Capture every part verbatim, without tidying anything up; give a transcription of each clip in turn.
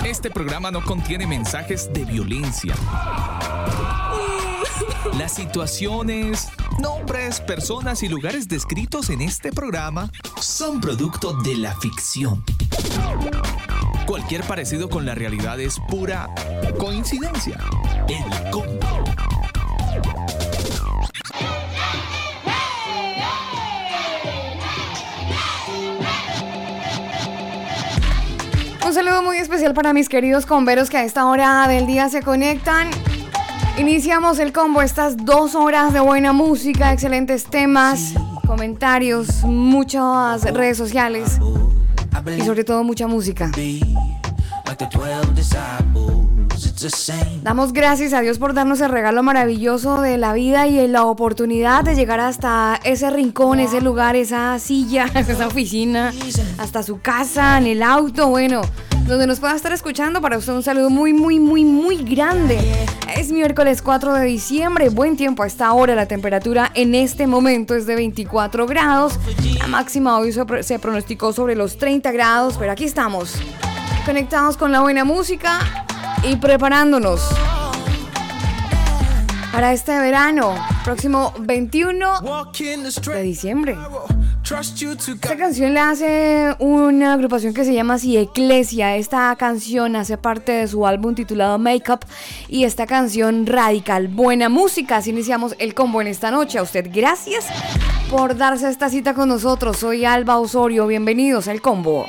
Este programa no contiene mensajes de violencia. Las situaciones, nombres, personas y lugares descritos en este programa son producto de la ficción. Cualquier parecido con la realidad es pura coincidencia. El Combo. Un saludo muy especial para mis queridos comberos que a esta hora del día se conectan. Iniciamos el combo, estas dos horas de buena música, excelentes temas, comentarios, muchas redes sociales y sobre todo mucha música. Damos gracias a Dios por darnos el regalo maravilloso de la vida y la oportunidad de llegar hasta ese rincón, ese lugar, esa silla, esa oficina, hasta su casa, en el auto, bueno, donde nos pueda estar escuchando. Para usted un saludo muy, muy, muy, muy grande. Es miércoles cuatro de diciembre, buen tiempo a esta hora. La temperatura en este momento es de veinticuatro grados. La máxima hoy se pronosticó sobre los treinta grados, pero aquí estamos, conectados con la buena música y preparándonos para este verano, próximo veintiuno de diciembre. Esta canción la hace una agrupación que se llama así, Eclesia. Esta canción hace parte de su álbum titulado Make Up y esta canción Radical. Buena música, así iniciamos el combo en esta noche. A usted gracias por darse esta cita con nosotros. Soy Alba Osorio, bienvenidos al combo.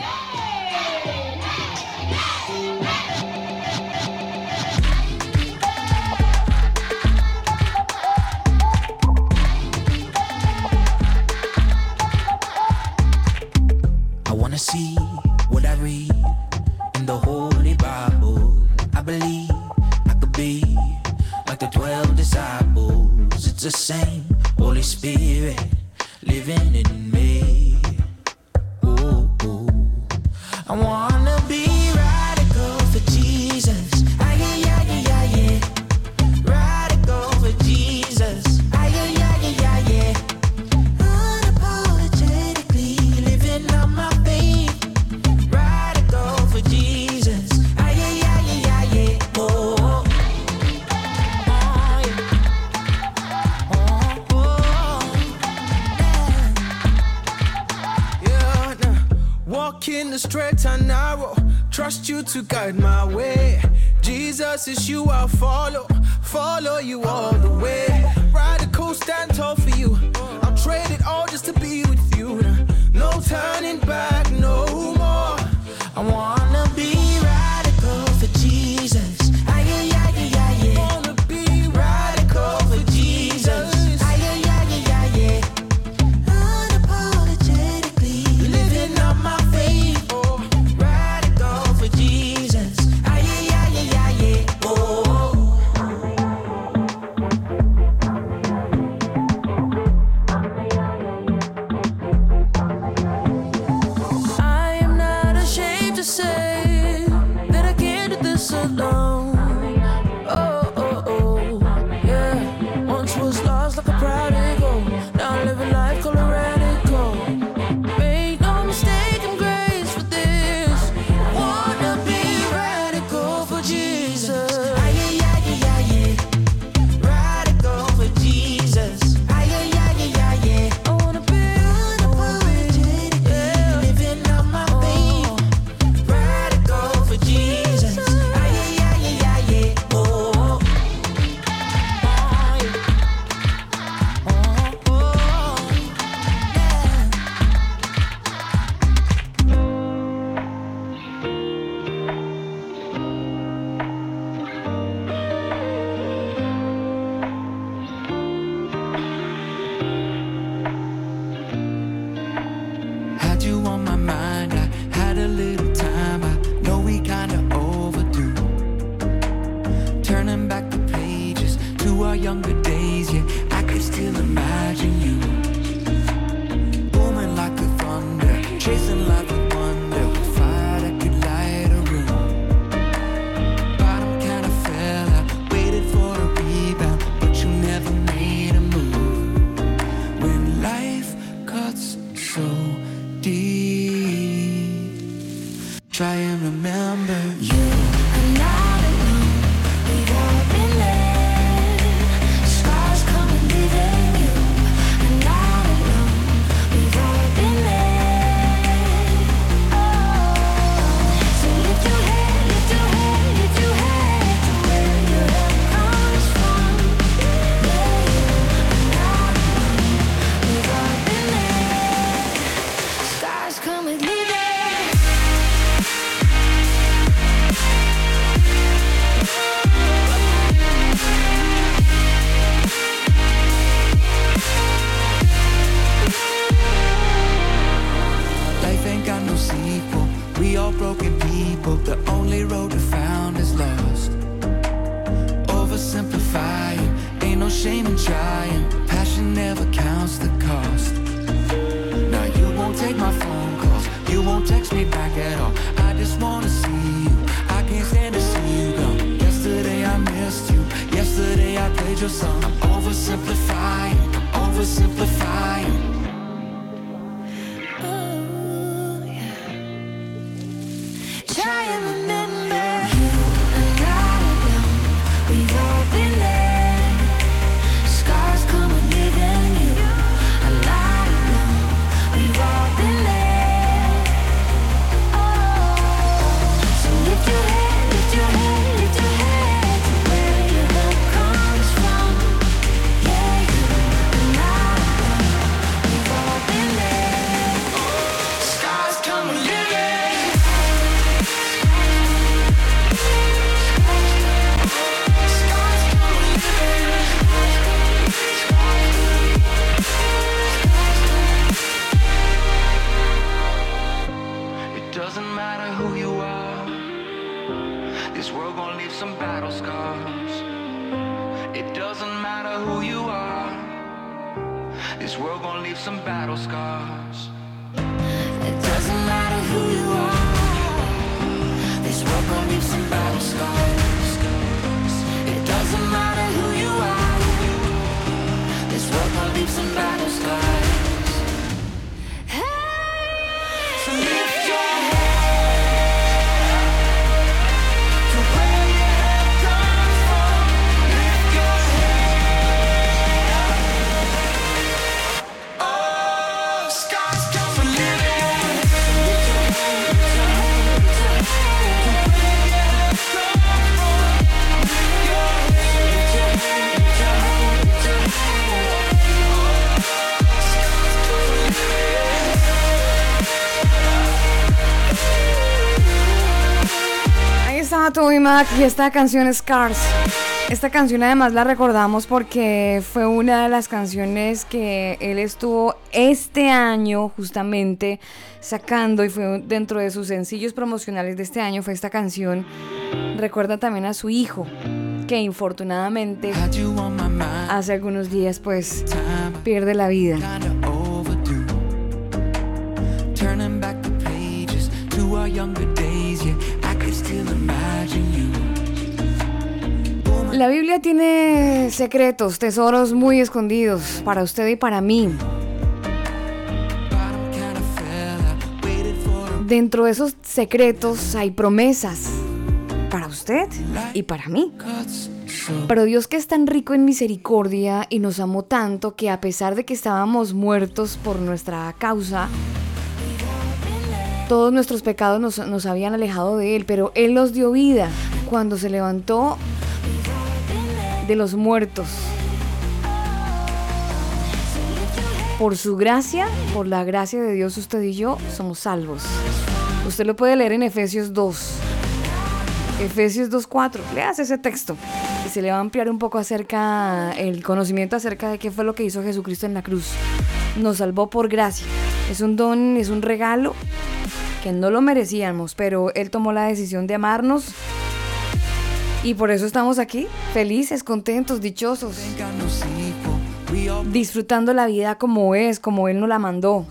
I see what I read in the Holy Bible. I believe I could be like the twelve disciples. It's the same Holy Spirit living in me. Ooh, ooh. I wanna be radical for Jesus. Ay, ay, ay, ay, yeah. Radical for Jesus. Ay, ay, ay, ay, yeah. Unapologetically living on my in the straight and narrow, trust you to guide my way. Jesus is you, I'll follow, follow you all the way. Radical, stand tall for you. I'll trade it all just to be with you. No turning back, no more. I wanna be radical for Jesus. Ay, ay, ay, ay, ay, wanna be radical for Jesus. Ay, ay, ay, ay, ay, unapologetically living on my faith. Oh, radical for Jesus. Ay, ay, ay, ay, ay, oh. I am not ashamed to say that I can't do this alone. Oh, oh, oh, yeah. Once was lost like a prodigal, now I live a life called a radical. Make no mistake, I'm grace for this. Wanna be radical for Jesus. Ay, ay, ay, ay, ay, radical for Jesus. Ay, ay, ay, ay, ay, I wanna be unapologetic, yeah. Living on my faith. Radical for Jesus. Ay, ay, ay, ay, ay, oh. Oh, yeah. Oh, oh, Had you on my mind, I had a little time. I know we kinda overdue. Turning back the pages to our younger days, yeah, I could still imagine you. Booming like a thunder, chasing life with wonder. Fire that could light a room. Bottom kinda fell out, waited for a rebound, but you never made a move. When life cuts so deep, Try and remember you are not alone. We've all been there. Scars come and leaving you are not alone. We've all been there. Oh, so lift your head, lift your head, lift your head to where your help comes from. Yeah, you are not alone. We've all been there. Scars come and leaving. We all broken people, the only road we found is lost. Oversimplifying, ain't no shame in trying. Passion never counts the cost. Now you won't take my phone calls, you won't text me back at all. I just wanna see you, I can't stand to see you go. Yesterday I missed you, yesterday I played your song. I'm oversimplifying, I'm oversimplifying. Try and remember you are not alone. We've all been there. Scars come and leaving you are not alone. We've all been there. Oh, so lift your head, lift your head, lift your head to where your help comes from. Yeah, you are not alone. We've all been there. Scars come and leaving. Doesn't matter who you are, this world gon' leave some battle scars. It doesn't matter who you are, this world gon' leave some battle scars. It doesn't matter who you are, this world gon' leave some battle scars. It doesn't matter who you are, this world gon' leave some battle scars. Hey, so lift your Toby Mac y esta canción Scars. Esta canción además la recordamos porque fue una de las canciones que él estuvo este año justamente sacando y fue dentro de sus sencillos promocionales de este año fue esta canción. Recuerda también a su hijo que infortunadamente hace algunos días pues pierde la vida. La Biblia tiene secretos, tesoros muy escondidos para usted y para mí. Dentro de esos secretos hay promesas para usted y para mí. Pero Dios, que es tan rico en misericordia y nos amó tanto que a pesar de que estábamos muertos por nuestra causa, todos nuestros pecados nos, nos habían alejado de Él, pero Él nos dio vida cuando se levantó de los muertos. Por su gracia, por la gracia de Dios, usted y yo somos salvos. Usted lo puede leer en Efesios dos. Efesios dos cuatro. Leas ese texto y se le va a ampliar un poco acerca el conocimiento acerca de qué fue lo que hizo Jesucristo en la cruz. Nos salvó por gracia. Es un don, es un regalo que no lo merecíamos, pero Él tomó la decisión de amarnos y por eso estamos aquí, felices, contentos, dichosos, disfrutando la vida como es, como Él nos la mandó.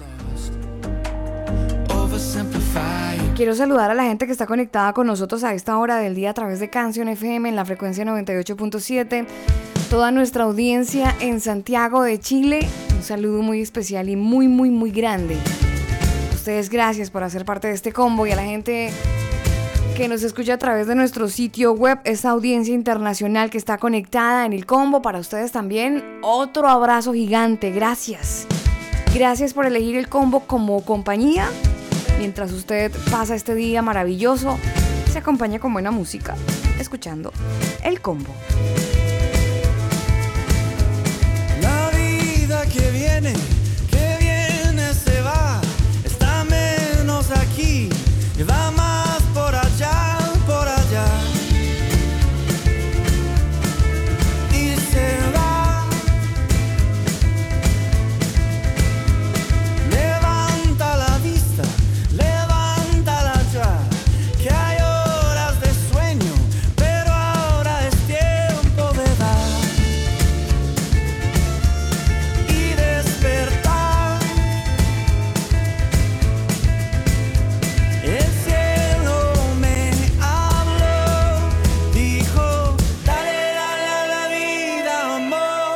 Quiero saludar a la gente que está conectada con nosotros a esta hora del día a través de Canción F M en la frecuencia noventa y ocho punto siete. Toda nuestra audiencia en Santiago de Chile, un saludo muy especial y muy, muy, muy grande. ustedes gracias por hacer parte de este combo y a la gente que nos escucha a través de nuestro sitio web, esta audiencia internacional que está conectada en el combo, para ustedes también otro abrazo gigante, gracias. Gracias por elegir el combo como compañía, mientras usted pasa este día maravilloso, se acompaña con buena música, escuchando el combo. La vida que viene, que viene se va, está menos aquí, va más por allá, por allá. Y se va. Levanta la vista, levántala ya, que hay horas de sueño, pero ahora es tiempo de dar y despertar. El cielo me habló, dijo, dale, dale a la vida, amor,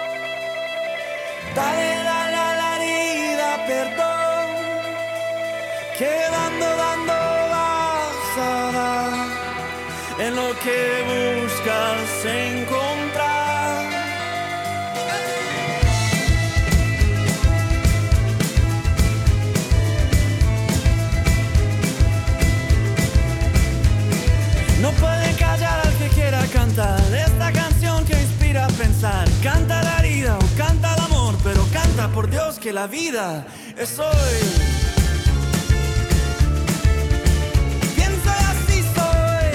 dale, dale a la vida, perdón, que dando, dando vas a dar, en lo que buscas encontrar. No pueden callar al que quiera cantar esta canción que inspira a pensar. Canta la herida o canta el amor, pero canta por Dios que la vida es hoy. Piensa y así soy.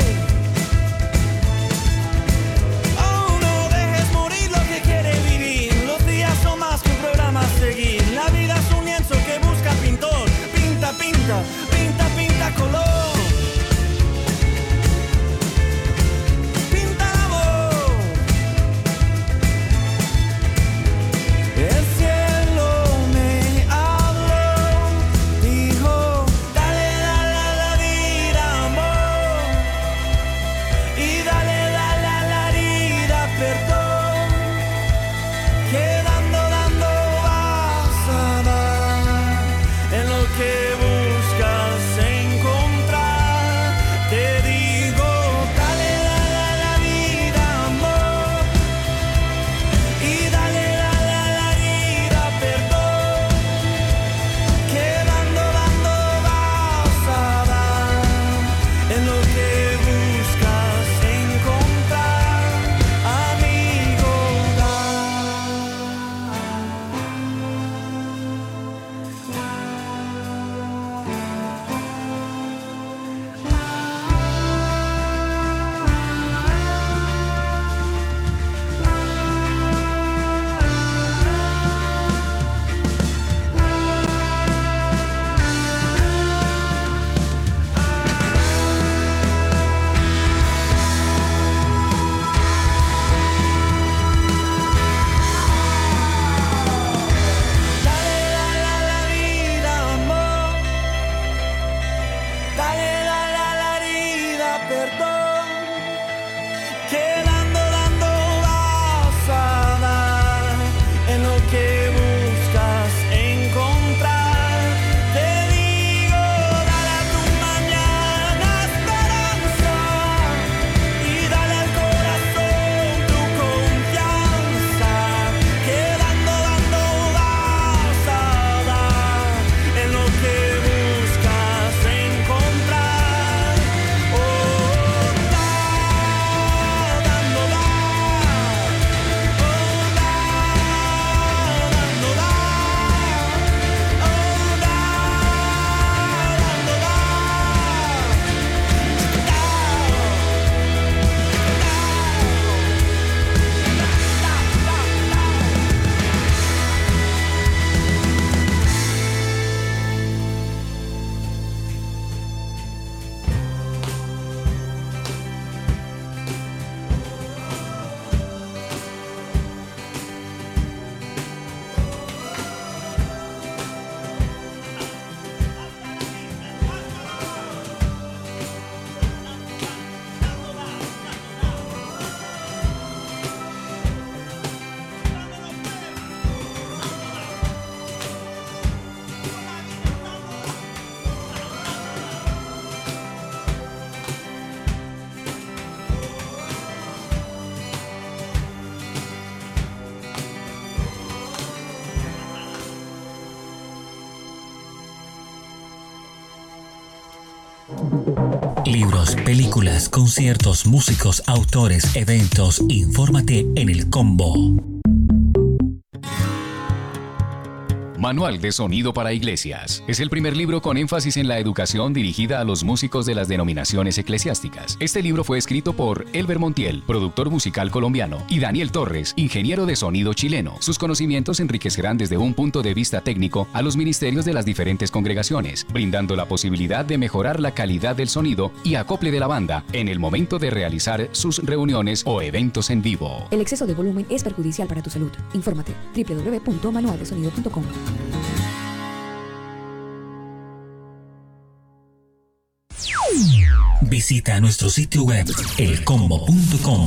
Oh, no dejes morir lo que quiere vivir. Los días son más que un programa a seguir. La vida es un lienzo que busca pintor. Pinta, pinta, pinta, pinta color. Pinta el amor. El cielo me habló, dijo, dale, dale a la vida, amor, y dale, dale a la herida, perdón, que dando, dando vas a dar, en lo que buscas encontrar. Libros, películas, conciertos, músicos, autores, eventos. Infórmate en El Combo. Manual de Sonido para Iglesias. Es el primer libro con énfasis en la educación dirigida a los músicos de las denominaciones eclesiásticas. Este libro fue escrito por Elber Montiel, productor musical colombiano, y Daniel Torres, ingeniero de sonido chileno. Sus conocimientos enriquecerán desde un punto de vista técnico a los ministerios de las diferentes congregaciones, brindando la posibilidad de mejorar la calidad del sonido y acople de la banda en el momento de realizar sus reuniones o eventos en vivo. El exceso de volumen es perjudicial para tu salud. Infórmate doble u doble u doble u punto manual de sonido punto com. Visita nuestro sitio web el combo punto com.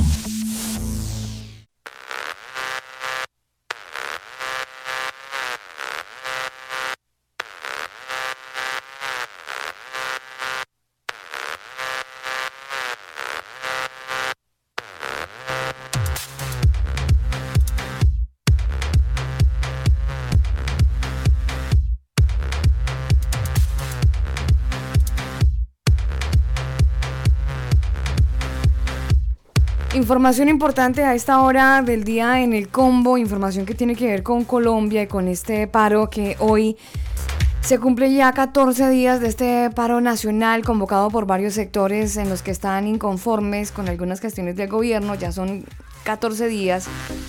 Información importante a esta hora del día en El Combo, información que tiene que ver con Colombia y con este paro que hoy se cumple ya catorce días de este paro nacional convocado por varios sectores en los que están inconformes con algunas gestiones del gobierno. Ya son catorce días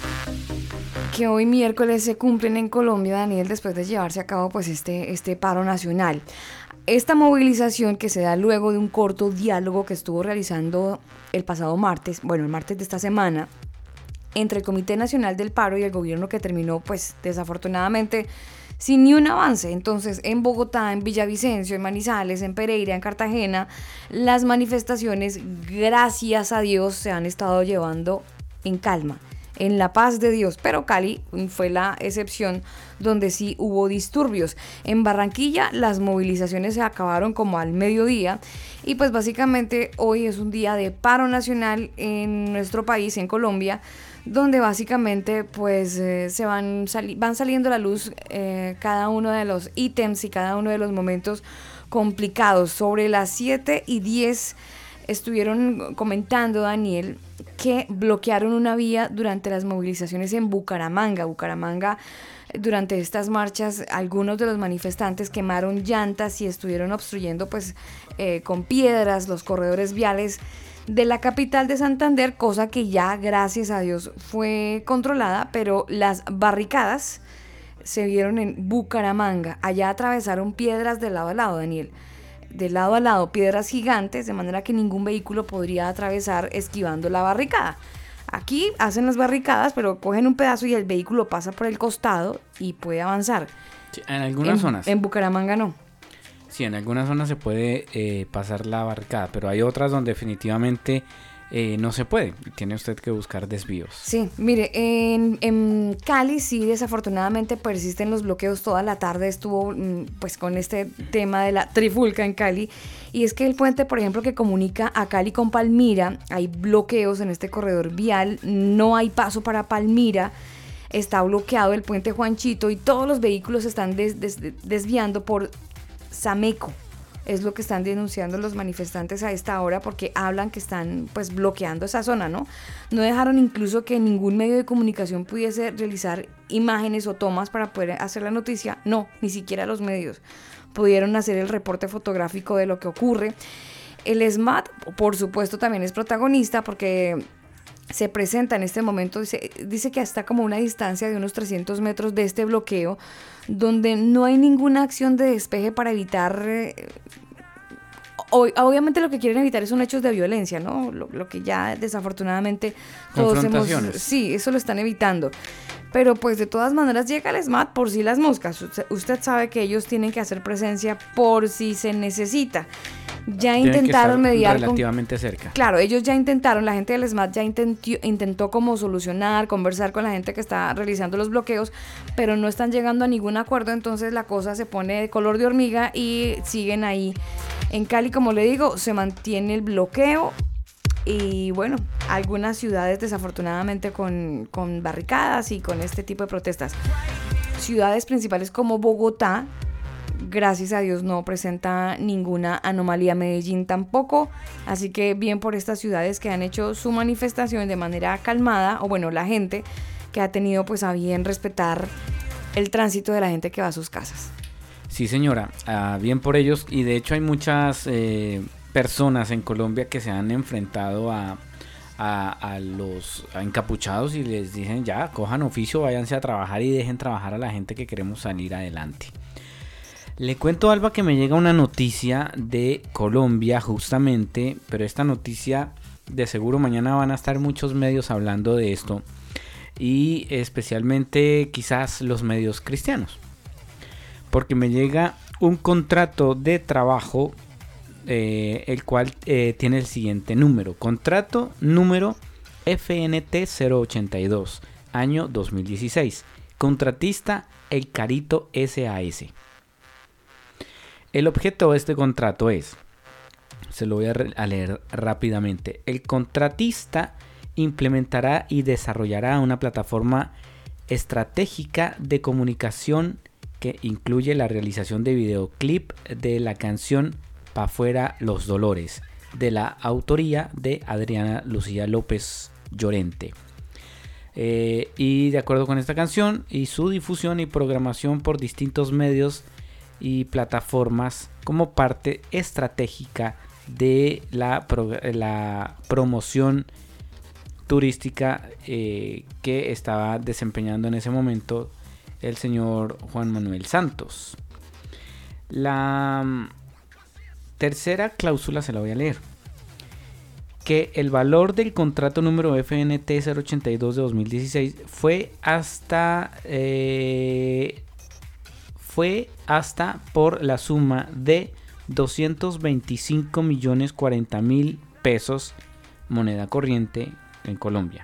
que hoy miércoles se cumplen en Colombia, Daniel, después de llevarse a cabo pues este, este paro nacional. Esta movilización que se da luego de un corto diálogo que estuvo realizando el pasado martes, bueno, el martes de esta semana, entre el Comité Nacional del Paro y el gobierno, que terminó pues desafortunadamente sin ni un avance. Entonces, en Bogotá, en Villavicencio, en Manizales, en Pereira, en Cartagena, las manifestaciones, gracias a Dios, se han estado llevando en calma, en la paz de Dios, pero Cali fue la excepción donde sí hubo disturbios. En Barranquilla las movilizaciones se acabaron como al mediodía y pues básicamente hoy es un día de paro nacional en nuestro país, en Colombia, donde básicamente pues eh, se van, sali- van saliendo a la luz eh, cada uno de los ítems y cada uno de los momentos complicados. Sobre las siete y diez estuvieron comentando, Daniel, que bloquearon una vía durante las movilizaciones en Bucaramanga. Bucaramanga, durante estas marchas, algunos de los manifestantes quemaron llantas y estuvieron obstruyendo pues eh, con piedras los corredores viales de la capital de Santander, cosa que ya, gracias a Dios, fue controlada, pero las barricadas se vieron en Bucaramanga. Allá atravesaron piedras de lado a lado, Daniel. De lado a lado, piedras gigantes, de manera que ningún vehículo podría atravesar esquivando la barricada. Aquí hacen las barricadas, pero cogen un pedazo y el vehículo pasa por el costado y puede avanzar. Sí, en algunas en, zonas. En Bucaramanga no. Sí, en algunas zonas se puede eh, pasar la barricada, pero hay otras donde definitivamente eh, no se puede. Tiene usted que buscar desvíos. Sí, mire, en, en Cali sí, desafortunadamente persisten los bloqueos. Toda la tarde estuvo pues con este tema de la trifulca en Cali. Y es que el puente, por ejemplo, que comunica a Cali con Palmira, hay bloqueos en este corredor vial, no hay paso para Palmira, está bloqueado el puente Juanchito y todos los vehículos se están des, des, desviando por Sameco. Es lo que están denunciando los manifestantes a esta hora, porque hablan que están pues bloqueando esa zona, ¿no? No dejaron incluso que ningún medio de comunicación pudiese realizar imágenes o tomas para poder hacer la noticia. No, ni siquiera los medios pudieron hacer el reporte fotográfico de lo que ocurre. El SMAT, por supuesto, también es protagonista porque se presenta en este momento, dice, dice que está como a una distancia de unos trescientos metros de este bloqueo, donde no hay ninguna acción de despeje para evitar, eh, obviamente lo que quieren evitar son hechos de violencia, ¿no? Lo, lo que ya desafortunadamente todos hemos, sí, eso lo están evitando. Pero pues de todas maneras llega el SMAT por si las moscas. Usted, usted sabe que ellos tienen que hacer presencia por si se necesita. Ya Tienen intentaron que estar mediar relativamente con, cerca. Claro, ellos ya intentaron, la gente del SMAT ya intentó, intentó como solucionar, conversar con la gente que está realizando los bloqueos, pero no están llegando a ningún acuerdo, entonces la cosa se pone de color de hormiga y siguen ahí. En Cali, como le digo, se mantiene el bloqueo y bueno, algunas ciudades desafortunadamente con, con barricadas y con este tipo de protestas. Ciudades principales como Bogotá, gracias a Dios no presenta ninguna anomalía. Medellín tampoco, así que bien por estas ciudades que han hecho su manifestación de manera calmada, o bueno, la gente que ha tenido pues a bien respetar el tránsito de la gente que va a sus casas. Sí, señora, uh, bien por ellos, y de hecho hay muchas eh, personas en Colombia que se han enfrentado a, a, a los a encapuchados y les dicen ya, cojan oficio, váyanse a trabajar y dejen trabajar a la gente que queremos salir adelante. Le cuento, Alba, que me llega una noticia de Colombia justamente, pero esta noticia de seguro mañana van a estar muchos medios hablando de esto, y especialmente quizás los medios cristianos, porque me llega un contrato de trabajo eh, el cual eh, tiene el siguiente número: contrato número F N T cero ochenta y dos, año dos mil dieciséis, contratista El Carito S A S. El objeto de este contrato es, se lo voy a, a leer rápidamente: el contratista implementará y desarrollará una plataforma estratégica de comunicación que incluye la realización de videoclip de la canción Pa' Fuera los Dolores, de la autoría de Adriana Lucía López Llorente. Eh, y de acuerdo con esta canción y su difusión y programación por distintos medios y plataformas como parte estratégica de la, pro, la promoción turística eh, que estaba desempeñando en ese momento el señor Juan Manuel Santos. La um, tercera cláusula se la voy a leer: que el valor del contrato número F N T cero ochenta y dos de dos mil dieciséis fue hasta eh, fue hasta por la suma de doscientos veinticinco millones cuarenta mil pesos, moneda corriente en Colombia.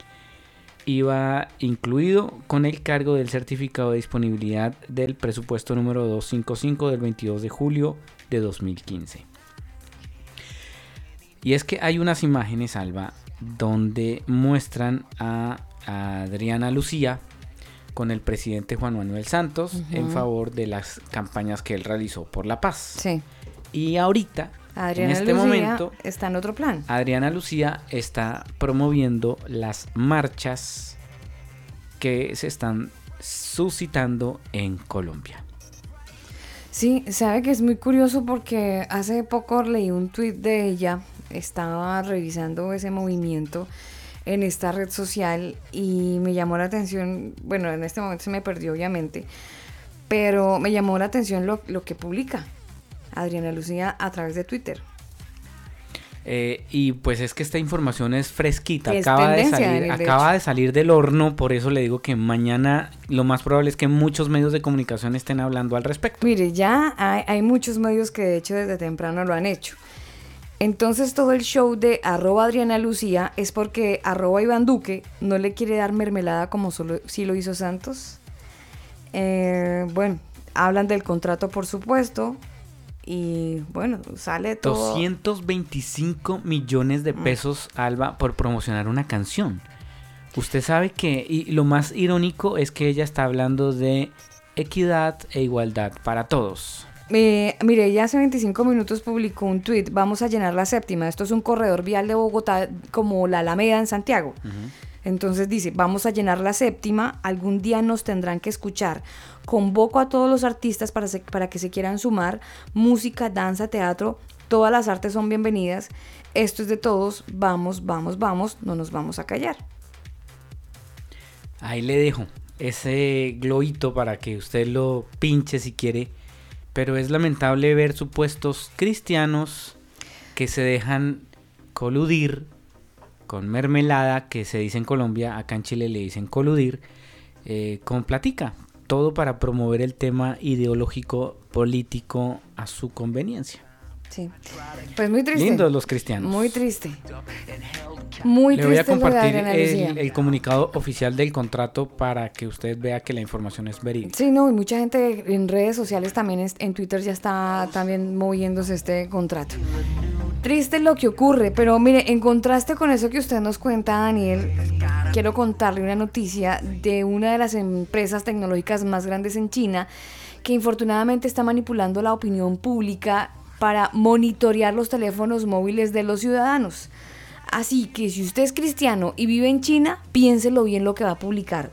Iba incluido con el cargo del certificado de disponibilidad del presupuesto número doscientos cincuenta y cinco del veintidós de julio de dos mil quince. Y es que hay unas imágenes, Alba, donde muestran a, a Adriana Lucía con el presidente Juan Manuel Santos, uh-huh, en favor de las campañas que él realizó por la paz. Sí. Y ahorita, Adriana en este Lucía momento, está en otro plan. Adriana Lucía está promoviendo las marchas que se están suscitando en Colombia. Sí, sabe que es muy curioso porque hace poco leí un tuit de ella, estaba revisando ese movimiento en esta red social y me llamó la atención, bueno, en este momento se me perdió obviamente, pero me llamó la atención lo, lo que publica Adriana Lucía a través de Twitter. Eh, y pues es que esta información es fresquita, es acaba, de tendencia, salir, de acaba de salir del horno, por eso le digo que mañana lo más probable es que muchos medios de comunicación estén hablando al respecto. Mire, ya hay, hay muchos medios que de hecho desde temprano lo han hecho. Entonces todo el show de arroba Adriana Lucía es porque arroba Iván Duque no le quiere dar mermelada como solo sí lo hizo Santos. Eh, bueno, hablan del contrato por supuesto. Y bueno, sale todo. doscientos veinticinco millones de pesos, Alba, por promocionar una canción. Usted sabe que, y lo más irónico es que ella está hablando de equidad e igualdad para todos. Eh, mire, ella hace veinticinco minutos publicó un tweet: vamos a llenar la séptima. Esto es un corredor vial de Bogotá como la Alameda en Santiago. Uh-huh. Entonces dice, vamos a llenar la séptima, algún día nos tendrán que escuchar. Convoco a todos los artistas para, se, para que se quieran sumar. Música, danza, teatro, todas las artes son bienvenidas. Esto es de todos, vamos, vamos, vamos, no nos vamos a callar. Ahí le dejo ese globito para que usted lo pinche si quiere. Pero es lamentable ver supuestos cristianos que se dejan coludir con mermelada, que se dice en Colombia, acá en Chile le dicen coludir, eh, con platica. Todo para promover el tema ideológico político a su conveniencia. Sí, pues muy triste. Lindos los cristianos. Muy triste. Muy Le triste. voy a compartir lo de el, el comunicado oficial del contrato para que usted vea que la información es verídica. Sí, no, y mucha gente en redes sociales también, es, en Twitter ya está también moviéndose este contrato. Triste lo que ocurre, pero mire, en contraste con eso que usted nos cuenta, Daniel, quiero contarle una noticia de una de las empresas tecnológicas más grandes en China, que infortunadamente está manipulando la opinión pública para monitorear los teléfonos móviles de los ciudadanos. Así que si usted es cristiano y vive en China, piénselo bien lo que va a publicar.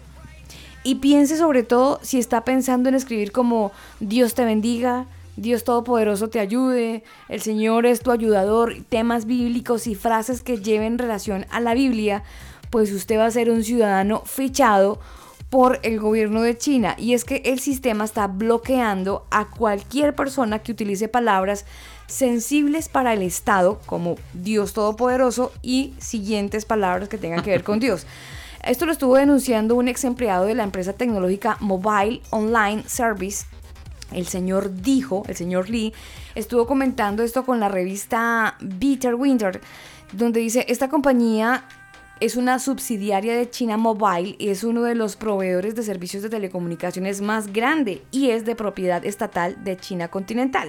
Y piense sobre todo si está pensando en escribir como Dios te bendiga, Dios Todopoderoso te ayude, el Señor es tu ayudador, temas bíblicos y frases que lleven relación a la Biblia, pues usted va a ser un ciudadano fichado por el gobierno de China. Y es que el sistema está bloqueando a cualquier persona que utilice palabras sensibles para el Estado, como Dios Todopoderoso y siguientes palabras que tengan que ver con Dios. Esto lo estuvo denunciando un ex empleado de la empresa tecnológica Mobile Online Service. El señor dijo, el señor Lee, estuvo comentando esto con la revista Bitter Winter, donde dice, esta compañía es una subsidiaria de China Mobile y es uno de los proveedores de servicios de telecomunicaciones más grande y es de propiedad estatal de China continental.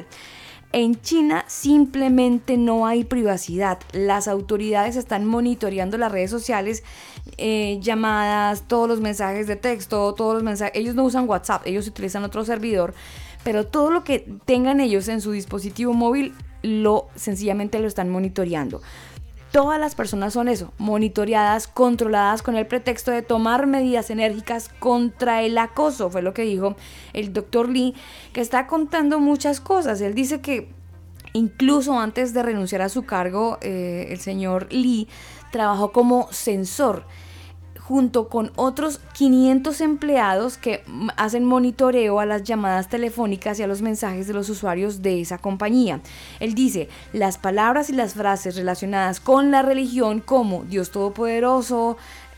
En China simplemente no hay privacidad. Las autoridades están monitoreando las redes sociales, eh, llamadas, todos los mensajes de texto, todos los mensajes. Ellos no usan WhatsApp, ellos utilizan otro servidor, pero todo lo que tengan ellos en su dispositivo móvil, lo sencillamente lo están monitoreando. Todas las personas son eso, monitoreadas, controladas con el pretexto de tomar medidas enérgicas contra el acoso, fue lo que dijo el doctor Lee, que está contando muchas cosas. Él dice que incluso antes de renunciar a su cargo, eh, el señor Lee trabajó como censor junto con otros quinientos empleados que hacen monitoreo a las llamadas telefónicas y a los mensajes de los usuarios de esa compañía. Él dice, las palabras y las frases relacionadas con la religión como Dios Todopoderoso,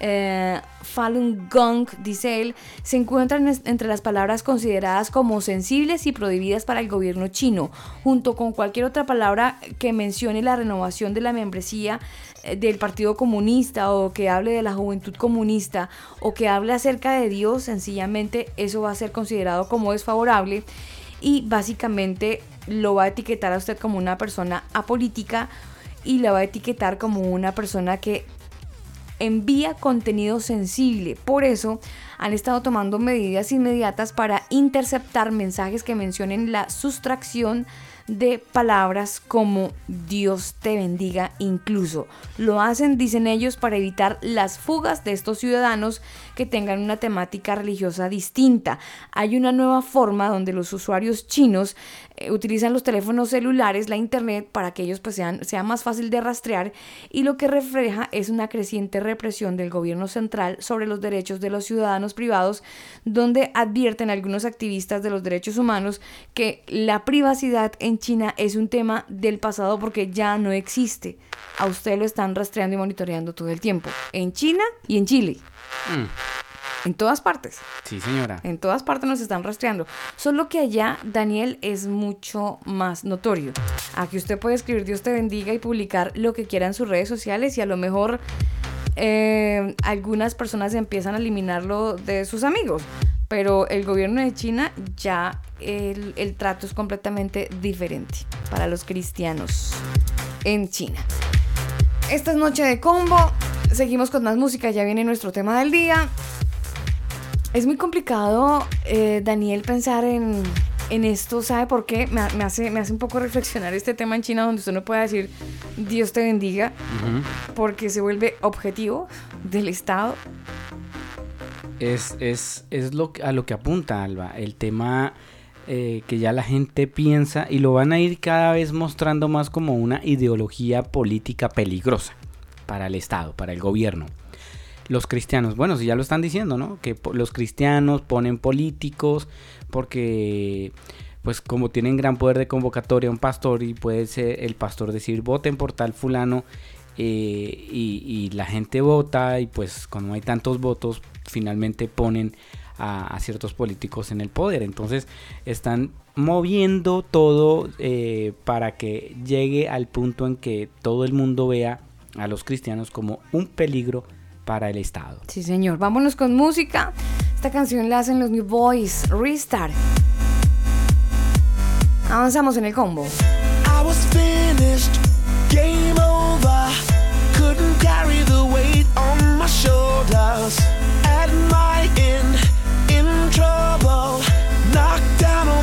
eh, Falun Gong, dice él, se encuentran entre las palabras consideradas como sensibles y prohibidas para el gobierno chino, junto con cualquier otra palabra que mencione la renovación de la membresía del Partido Comunista o que hable de la juventud comunista o que hable acerca de Dios. Sencillamente eso va a ser considerado como desfavorable y básicamente lo va a etiquetar a usted como una persona apolítica y la va a etiquetar como una persona que envía contenido sensible. Por eso han estado tomando medidas inmediatas para interceptar mensajes que mencionen la sustracción de palabras como Dios te bendiga. Incluso lo hacen, dicen ellos, para evitar las fugas de estos ciudadanos que tengan una temática religiosa distinta. Hay una nueva forma donde los usuarios chinos eh, utilizan los teléfonos celulares, la internet, para que ellos pues sean sea más fácil de rastrear, y lo que refleja es una creciente represión del gobierno central sobre los derechos de los ciudadanos privados, donde advierten algunos activistas de los derechos humanos que la privacidad en China es un tema del pasado porque ya no existe. A usted lo están rastreando y monitoreando todo el tiempo, en China y en Chile. Mm. En todas partes. Sí, señora. En todas partes nos están rastreando. Solo que allá, Daniel, es mucho más notorio. Aquí usted puede escribir Dios te bendiga y publicar lo que quiera en sus redes sociales y a lo mejor eh, algunas personas empiezan a eliminarlo de sus amigos. Pero el gobierno de China ya el, el trato es completamente diferente para los cristianos en China. Esta es Noche de Combo. Seguimos con más música, ya viene nuestro tema del día. Es muy complicado, eh, Daniel, pensar en, en esto. ¿Sabe por qué? Me, me, hace, me hace un poco reflexionar este tema en China, donde usted no puede decir Dios te bendiga, uh-huh. porque se vuelve objetivo del Estado. Es, es, es lo, a lo que apunta, Alba, el tema eh, que ya la gente piensa y lo van a ir cada vez mostrando más como una ideología política peligrosa para el Estado, para el gobierno. Los cristianos, bueno, si ya lo están diciendo, ¿no? Que los cristianos ponen políticos porque, pues como tienen gran poder de convocatoria un pastor y puede ser el pastor decir voten por tal fulano eh, y, y la gente vota y pues cuando hay tantos votos finalmente ponen a, a ciertos políticos en el poder. Entonces están moviendo todo eh, para que llegue al punto en que todo el mundo vea a los cristianos como un peligro para el Estado. Sí, señor. Vámonos con música. Esta canción la hacen los New Boys, Restart. Avanzamos en el combo. I was finished, game over. Couldn't carry the weight on my shoulders. At my end, in trouble. Knocked down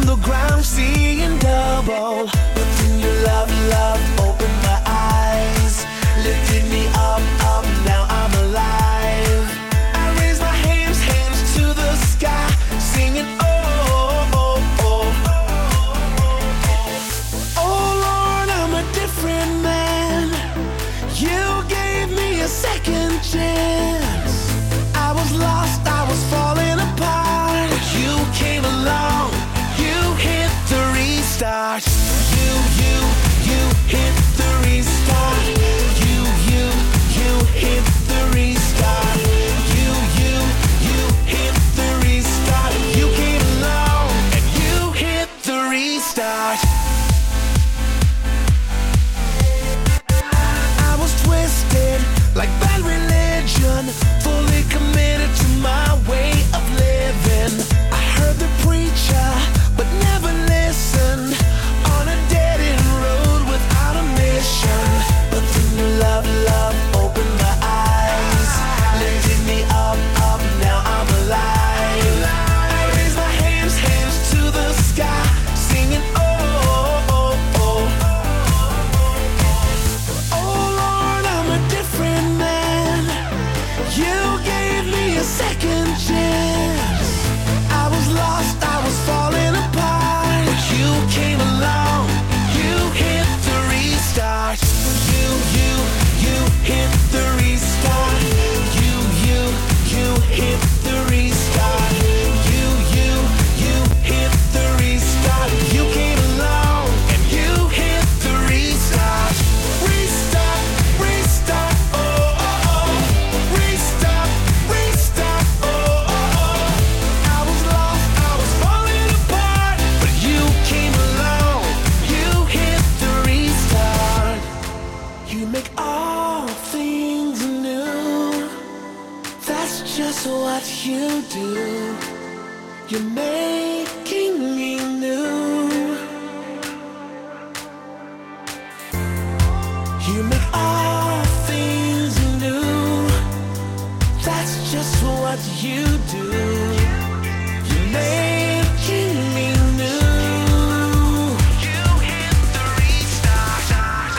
you do. You're making me new. You make all things new. That's just what you do. You're making me new. You hit the restart.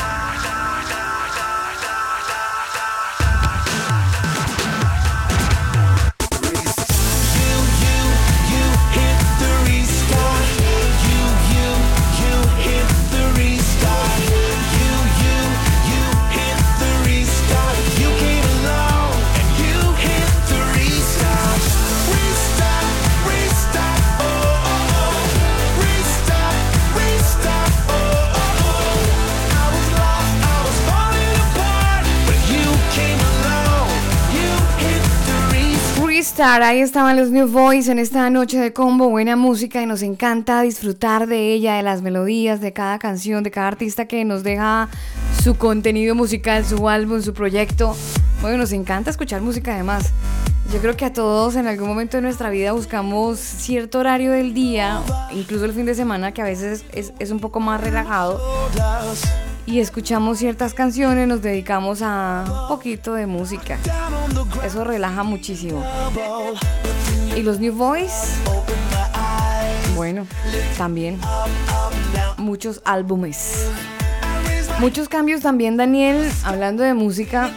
You, you, you hit the restart. You, you, you hit the restart. You, you, you hit the restart. You came along and you hit the restart. Restart, restart, oh, oh, oh. Restart, restart, oh, oh, oh. I was lost, I was falling apart, but you came along. You hit the restart. Restart, ahí estaban los New Boys en esta noche de combo, buena música y nos encanta disfrutar de ella, de las melodías, de cada canción, de cada artista que nos deja su contenido musical, su álbum, su proyecto. Bueno, nos encanta escuchar música además. Yo creo que a todos en algún momento de nuestra vida buscamos cierto horario del día, incluso el fin de semana, que a veces es, es un poco más relajado, y escuchamos ciertas canciones, nos dedicamos a un poquito de música. Eso relaja muchísimo. Y los New Boys, bueno, también muchos álbumes, muchos cambios también, Daniel, hablando de música,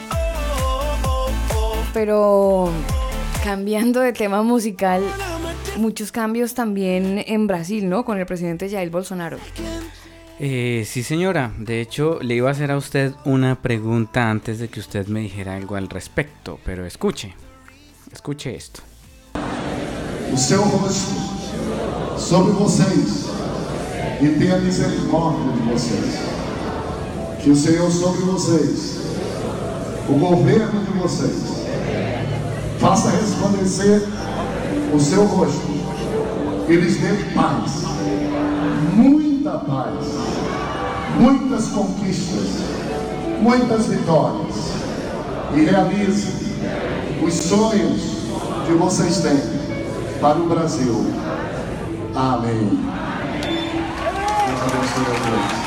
pero cambiando de tema musical, muchos cambios también en Brasil, ¿no? Con el presidente Jair Bolsonaro. Eh, sí, señora. De hecho, le iba a hacer a usted una pregunta antes de que usted me dijera algo al respecto, pero escuche, escuche esto. O seu rosto sobre vocês e tenha misericórdia de vocês. Que o Senhor sobre vocês, o governo de vocês, faça resplandecer o seu rosto e lhes dê paz, muita paz, muitas conquistas, muitas vitórias, e realize os sonhos que vocês têm para o Brasil. Amém. Deus abençoe a todos.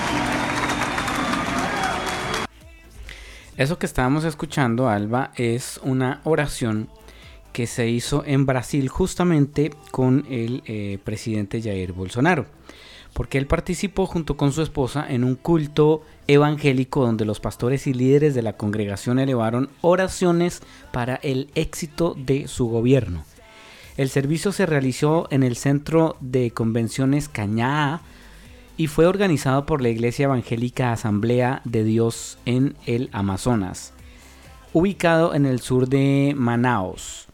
Eso que estábamos escuchando, Alba, es una oración que se hizo en Brasil justamente con el eh, presidente Jair Bolsonaro, porque él participó junto con su esposa en un culto evangélico donde los pastores y líderes de la congregación elevaron oraciones para el éxito de su gobierno. El servicio se realizó en el Centro de Convenciones Cañá y fue organizado por la Iglesia Evangélica Asamblea de Dios en el Amazonas, ubicado en el sur de Manaus.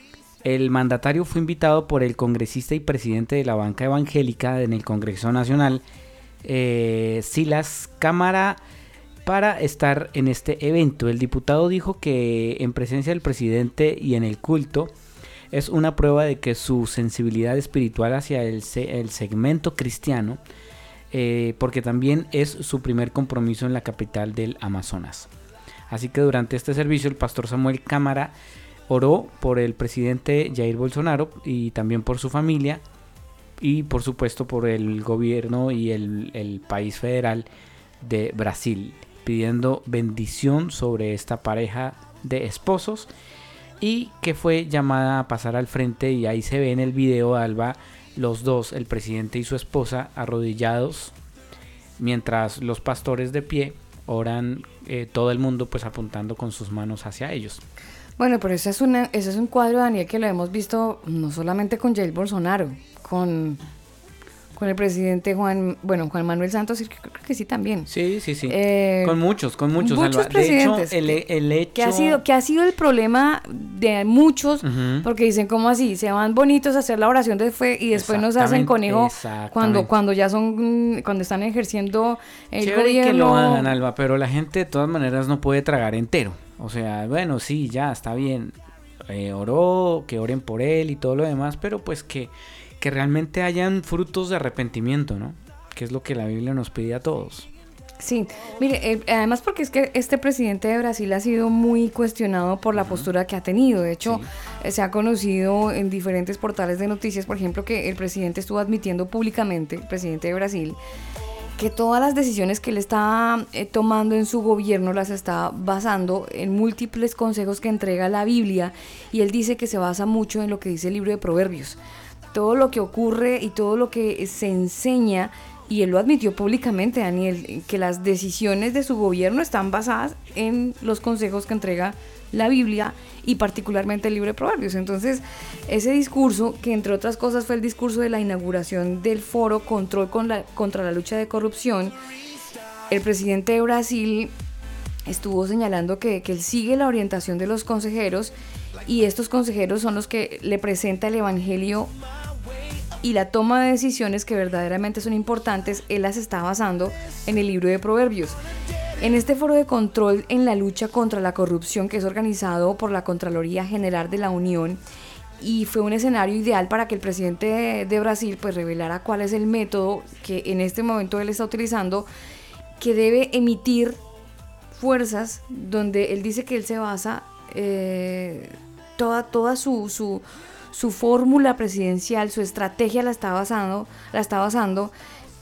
El mandatario fue invitado por el congresista y presidente de la banca evangélica en el Congreso Nacional, eh, Silas Cámara, para estar en este evento. El diputado dijo que en presencia del presidente y en el culto es una prueba de que su sensibilidad espiritual hacia el, se- el segmento cristiano, eh, porque también es su primer compromiso en la capital del Amazonas. Así que durante este servicio el pastor Samuel Cámara oró por el presidente Jair Bolsonaro y también por su familia y por supuesto por el gobierno y el, el país federal de Brasil, pidiendo bendición sobre esta pareja de esposos y que fue llamada a pasar al frente. Y ahí se ve en el video, Alba, los dos, el presidente y su esposa, arrodillados, mientras los pastores de pie oran, eh, todo el mundo pues apuntando con sus manos hacia ellos. Bueno, pero ese es, una, ese es un cuadro, Daniel, que lo hemos visto no solamente con Jair Bolsonaro, con, con el presidente Juan, bueno, Juan Manuel Santos, creo que sí también. Sí, sí, sí. Eh, con muchos, con muchos. muchos Alba. presidentes. De hecho, el, el hecho... Que ha sido, que ha sido el problema de muchos, uh-huh. porque dicen, ¿cómo así? Se van bonitos a hacer la oración de fe y después nos hacen conejo cuando, cuando ya son, cuando están ejerciendo el Chévere gobierno. Que lo hagan, Alba, pero la gente de todas maneras no puede tragar entero. O sea, bueno, sí, ya está bien. Eh, oró, que oren por él y todo lo demás, pero pues que, que realmente hayan frutos de arrepentimiento, ¿no? Que es lo que la Biblia nos pide a todos. Sí, mire, eh, además porque es que este presidente de Brasil ha sido muy cuestionado por la uh-huh. postura que ha tenido. De hecho, sí. eh, se ha conocido en diferentes portales de noticias, por ejemplo, que el presidente estuvo admitiendo públicamente, el presidente de Brasil, que todas las decisiones que él está eh, tomando en su gobierno las está basando en múltiples consejos que entrega la Biblia, y él dice que se basa mucho en lo que dice el libro de Proverbios. Todo lo que ocurre y todo lo que se enseña, y él lo admitió públicamente, Daniel, que las decisiones de su gobierno están basadas en los consejos que entrega la Biblia y particularmente el libro de Proverbios. Entonces, ese discurso, que entre otras cosas fue el discurso de la inauguración del foro Control con la, contra la lucha de corrupción, el presidente de Brasil estuvo señalando que, que él sigue la orientación de los consejeros, y estos consejeros son los que le presenta el evangelio, y la toma de decisiones que verdaderamente son importantes, él las está basando en el libro de Proverbios. En este foro de control en la lucha contra la corrupción, que es organizado por la Contraloría General de la Unión, y fue un escenario ideal para que el presidente de, de Brasil pues revelara cuál es el método que en este momento él está utilizando, que debe emitir fuerzas, donde él dice que él se basa eh, toda, toda su... su su fórmula presidencial, su estrategia la está basando, la está basando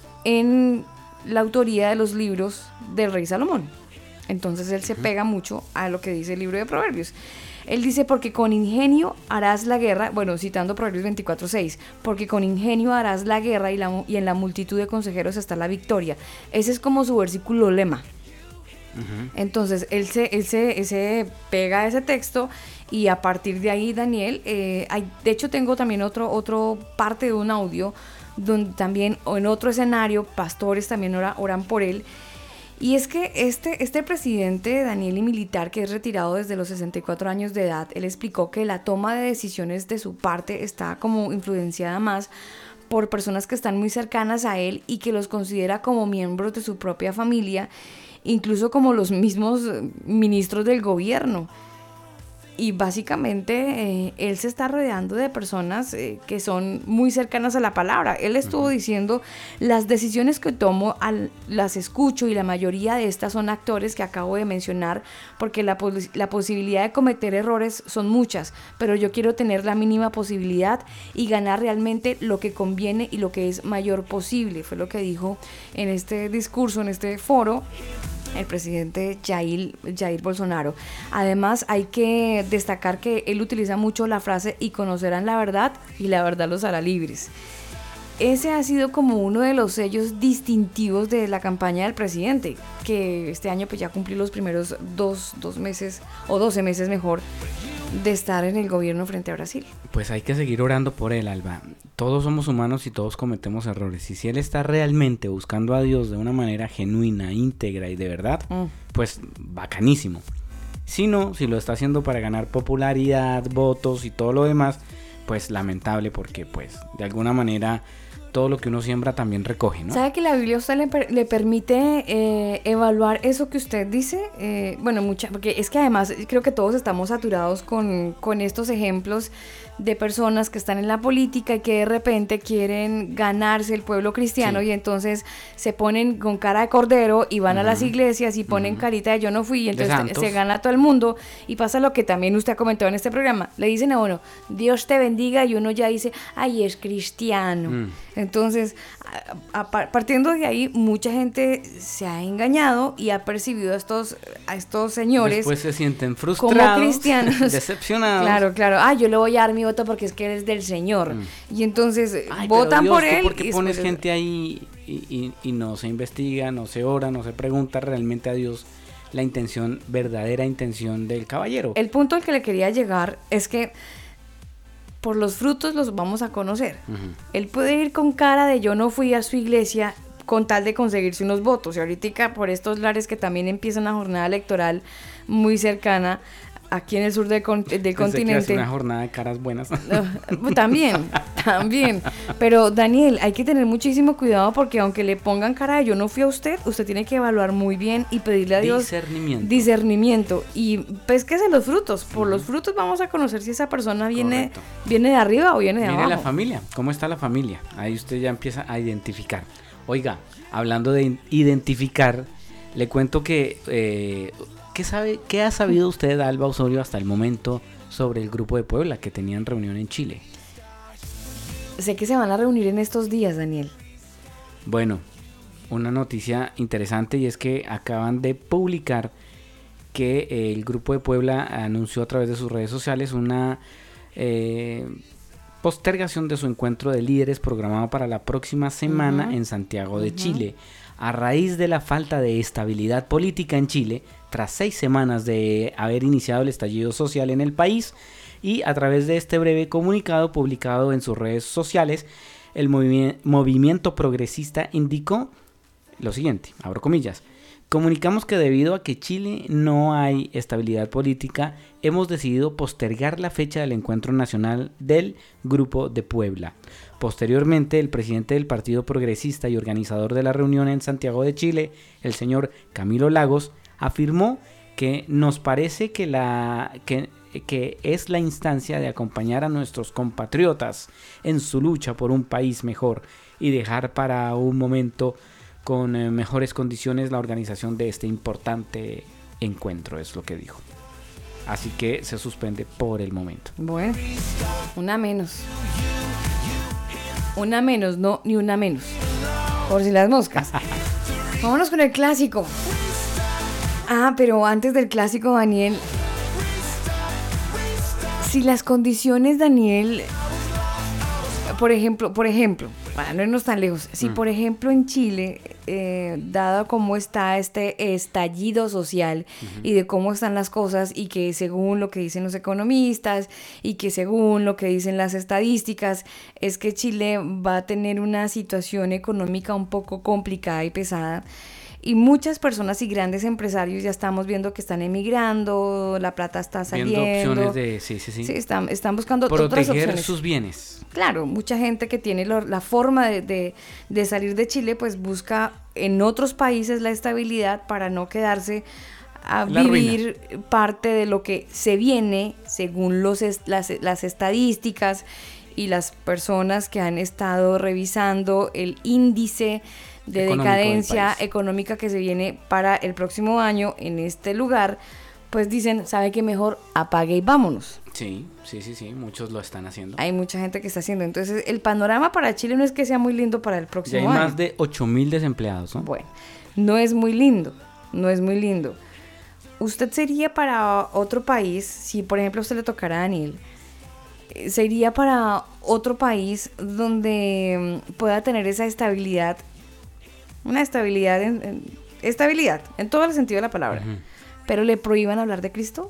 en la autoría de los libros del rey Salomón. Entonces él se pega mucho a lo que dice el libro de Proverbios. Él dice, porque con ingenio harás la guerra, bueno, citando Proverbios veinticuatro seis, porque con ingenio harás la guerra y, la, y en la multitud de consejeros está la victoria. Ese es como su versículo lema. Uh-huh. Entonces él se, él, se, él se pega a ese texto, y a partir de ahí, Daniel, eh, hay, de hecho tengo también otro, otro parte de un audio donde también, o en otro escenario, pastores también ora, oran por él. Y es que este, este presidente, Daniel, y militar, que es retirado desde los sesenta y cuatro años de edad, él explicó que la toma de decisiones de su parte está como influenciada más por personas que están muy cercanas a él y que los considera como miembros de su propia familia, incluso como los mismos ministros del gobierno. Y básicamente eh, él se está rodeando de personas eh, que son muy cercanas a la palabra. Él estuvo uh-huh. diciendo, las decisiones que tomo al, las escucho, y la mayoría de estas son actores que acabo de mencionar, porque la, pos- la posibilidad de cometer errores son muchas, pero yo quiero tener la mínima posibilidad y ganar realmente lo que conviene y lo que es mayor posible. Fue lo que dijo en este discurso, en este foro, el presidente Jair, Jair Bolsonaro. Además, hay que destacar que él utiliza mucho la frase, y conocerán la verdad y la verdad los hará libres. Ese ha sido como uno de los sellos distintivos de la campaña del presidente, que este año pues ya cumplió los primeros dos, dos meses, o doce meses mejor, de estar en el gobierno frente a Brasil. Pues hay que seguir orando por él, Alba. Todos somos humanos y todos cometemos errores. Y si él está realmente buscando a Dios de una manera genuina, íntegra y de verdad, mm. pues bacanísimo. Si no, si lo está haciendo para ganar popularidad, votos y todo lo demás, pues lamentable, porque pues de alguna manera todo lo que uno siembra también recoge, ¿no? ¿Sabe que la Biblia a usted le, per- le permite eh, evaluar eso que usted dice? Eh, bueno, mucha, porque es que además creo que todos estamos saturados con, con estos ejemplos de personas que están en la política y que de repente quieren ganarse el pueblo cristiano, sí. y entonces se ponen con cara de cordero y van uh-huh. a las iglesias y ponen uh-huh. carita de yo no fui, y entonces se gana a todo el mundo, y pasa lo que también usted ha comentado en este programa, le dicen a uno, Dios te bendiga, y uno ya dice, ay, es cristiano. Mm. Entonces, a, a, partiendo de ahí, mucha gente se ha engañado y ha percibido a estos, a estos señores. Después se sienten frustrados, como cristianos, decepcionados. Claro, claro. Ah, yo le voy a dar mi voto porque es que eres del Señor. Mm. Y entonces Ay, votan Dios, por él. ¿Por qué y pones después... gente ahí y, y, y no se investiga, no se ora, no se pregunta realmente a Dios la intención, verdadera intención del caballero? El punto al que le quería llegar es que por los frutos los vamos a conocer. Uh-huh. Él puede ir con cara de yo no fui a su iglesia con tal de conseguirse unos votos. Y ahorita por estos lares que también empieza una jornada electoral muy cercana aquí en el sur del, con- del Pensé continente. Que una jornada de caras buenas. Uh, también, también. Pero Daniel, hay que tener muchísimo cuidado, porque aunque le pongan cara de yo no fui a usted, usted tiene que evaluar muy bien y pedirle a Dios discernimiento. Discernimiento. Y pésquese los frutos. Por uh-huh. los frutos vamos a conocer si esa persona viene, viene de arriba o viene de Mire abajo. la familia, ¿cómo está la familia? Ahí usted ya empieza a identificar. Oiga, hablando de identificar, Le cuento que, eh, ¿qué, sabe, ¿qué ha sabido usted, Alba Osorio, hasta el momento sobre el Grupo de Puebla que tenían reunión en Chile? Sé que se van a reunir en estos días, Daniel. Bueno, una noticia interesante y es que acaban de publicar que eh, el Grupo de Puebla anunció a través de sus redes sociales una eh, postergación de su encuentro de líderes programado para la próxima semana uh-huh. en Santiago de uh-huh. Chile, a raíz de la falta de estabilidad política en Chile, tras seis semanas de haber iniciado el estallido social en el país, y a través de este breve comunicado publicado en sus redes sociales, el movi- movimiento progresista indicó lo siguiente, abro comillas: comunicamos que debido a que Chile no hay estabilidad política, hemos decidido postergar la fecha del encuentro nacional del Grupo de Puebla. Posteriormente, el presidente del Partido Progresista y organizador de la reunión en Santiago de Chile, el señor Camilo Lagos, afirmó que nos parece que, la, que, que es la instancia de acompañar a nuestros compatriotas en su lucha por un país mejor y dejar para un momento con eh, mejores condiciones la organización de este importante encuentro, es lo que dijo. Así que se suspende por el momento. Bueno, una menos. Una menos, no, ni una menos. Por si las moscas. Vámonos con el clásico. Ah, pero antes del clásico, Daniel. Si las condiciones, Daniel, por ejemplo, por ejemplo, para no irnos tan lejos, si mm. por ejemplo en Chile, eh, dado cómo está este estallido social uh-huh. y de cómo están las cosas, y que según lo que dicen los economistas y que según lo que dicen las estadísticas, es que Chile va a tener una situación económica un poco complicada y pesada, y muchas personas y grandes empresarios ya estamos viendo que están emigrando, la plata está saliendo. Viendo opciones de, sí, sí, sí. Sí, están, están buscando proteger otras opciones. sus bienes. Claro, mucha gente que tiene lo, la forma de, de, de salir de Chile, pues busca en otros países la estabilidad para no quedarse a la vivir ruina. Parte de lo que se viene según los est- las, las estadísticas y las personas que han estado revisando el índice de económico decadencia económica que se viene para el próximo año en este lugar, pues dicen, ¿sabe qué? Mejor apague y vámonos. Sí, sí, sí, sí, muchos lo están haciendo. Hay mucha gente que está haciendo. Entonces, el panorama para Chile no es que sea muy lindo para el próximo año. Ya hay año. más de ocho mil desempleados, ¿no? Bueno, no es muy lindo, no es muy lindo. ¿Usted se iría para otro país, si por ejemplo a usted le tocara a Daniel, se iría para otro país donde pueda tener esa estabilidad, una estabilidad, en, en, estabilidad, en todo el sentido de la palabra, uh-huh. pero le prohíban hablar de Cristo?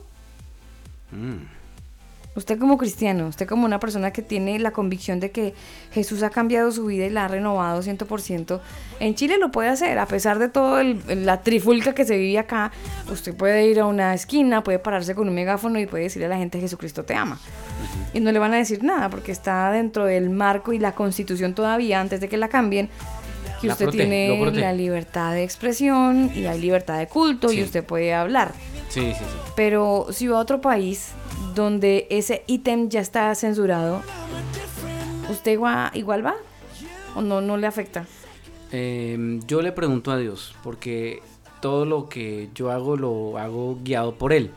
Mm. Usted como cristiano, usted como una persona que tiene la convicción de que Jesús ha cambiado su vida y la ha renovado cien por ciento, en Chile lo puede hacer, a pesar de toda la trifulca que se vive acá. Usted puede ir a una esquina, puede pararse con un megáfono y puede decirle a la gente: Jesucristo te ama. Uh-huh. Y no le van a decir nada porque está dentro del marco y la Constitución todavía, antes de que la cambien, que la usted protege, tiene la libertad de expresión y hay libertad de culto, sí. y usted puede hablar. Sí, sí, sí. Pero si va a otro país donde ese ítem ya está censurado, ¿usted igual, igual va? ¿O no, no le afecta? Eh, yo le pregunto a Dios, porque todo lo que yo hago lo hago guiado por Él.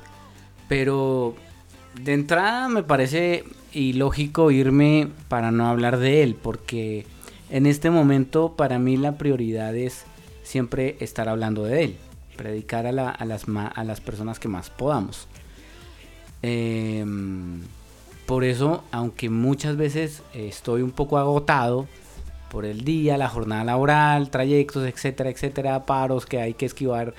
Pero de entrada me parece ilógico irme para no hablar de Él, porque en este momento para mí la prioridad es siempre estar hablando de Él, predicar a, la, a, las, a las personas que más podamos. Eh, por eso, aunque muchas veces estoy un poco agotado por el día, la jornada laboral, trayectos, etcétera, etcétera, paros que hay que esquivar,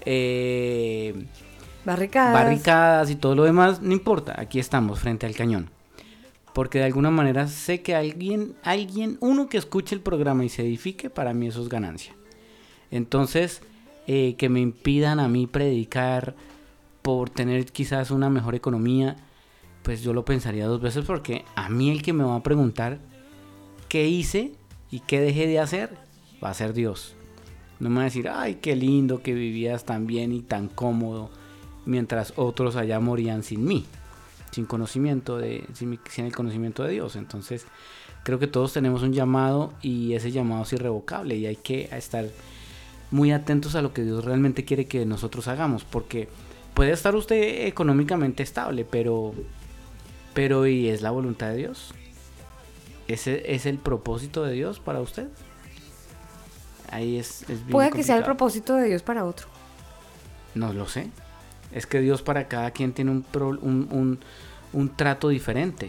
eh, barricadas. barricadas y todo lo demás, no importa, aquí estamos frente al cañón. Porque de alguna manera sé que alguien, alguien, uno que escuche el programa y se edifique, para mí eso es ganancia. Entonces, eh, que me impidan a mí predicar por tener quizás una mejor economía, pues yo lo pensaría dos veces, porque a mí el que me va a preguntar qué hice y qué dejé de hacer va a ser Dios. No me va a decir: ay, qué lindo que vivías tan bien y tan cómodo, mientras otros allá morían sin mí, sin conocimiento de, sin, sin el conocimiento de Dios. Entonces creo que todos tenemos un llamado y ese llamado es irrevocable y hay que estar muy atentos a lo que Dios realmente quiere que nosotros hagamos, porque puede estar usted económicamente estable, pero, pero ¿y es la voluntad de Dios? ¿Ese es el propósito de Dios para usted? Ahí es, es bien Puede complicado. que sea el propósito de Dios para otro. No lo sé. Es que Dios para cada quien tiene un, pro, un, un, un trato diferente.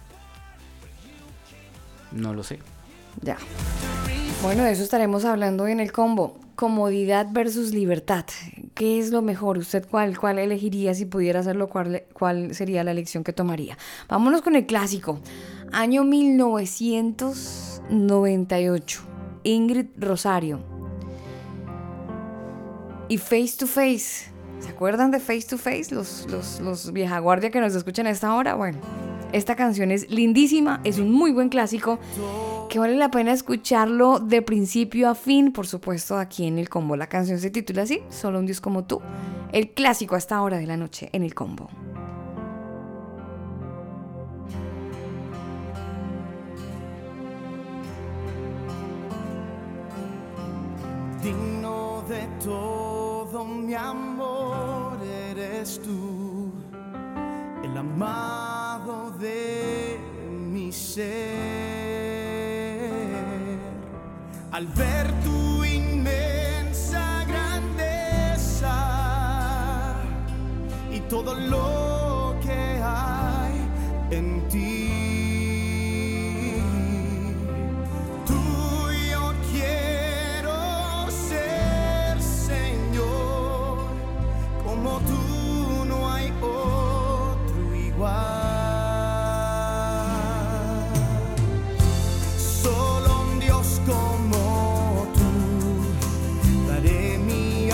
No lo sé. Ya. Bueno, de eso estaremos hablando en el combo. Comodidad versus libertad. ¿Qué es lo mejor? ¿Usted cuál, cuál elegiría si pudiera hacerlo? ¿Cuál, cuál sería la elección que tomaría? Vámonos con el clásico. Año mil novecientos noventa y ocho. Ingrid Rosario. Y Face to Face. ¿Se acuerdan de Face to Face? Los, los, los vieja guardia que nos escuchan a esta hora. Bueno, esta canción es lindísima, es un muy buen clásico que vale la pena escucharlo de principio a fin, por supuesto, aquí en el combo. La canción se titula así, Solo un Dios como tú. El clásico a esta hora de la noche en el combo. Digno de todo mi amor eres tú, el amado de mi ser. Al ver tu inmensa grandeza y todo lo que hay en ti, tuyo quiero ser, Señor, como tú no hay otro igual. Solo un Dios como tú, daré mi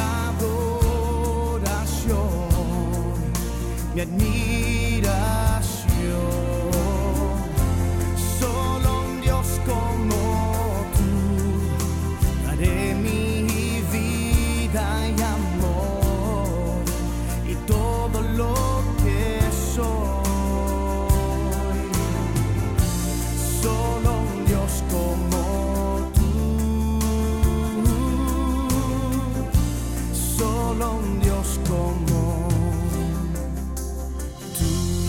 adoración, mi admiración. Solo un Dios como tú, daré mi vida y amor y todo lo que soy. Solo un Dios como tú, solo un Dios como tú.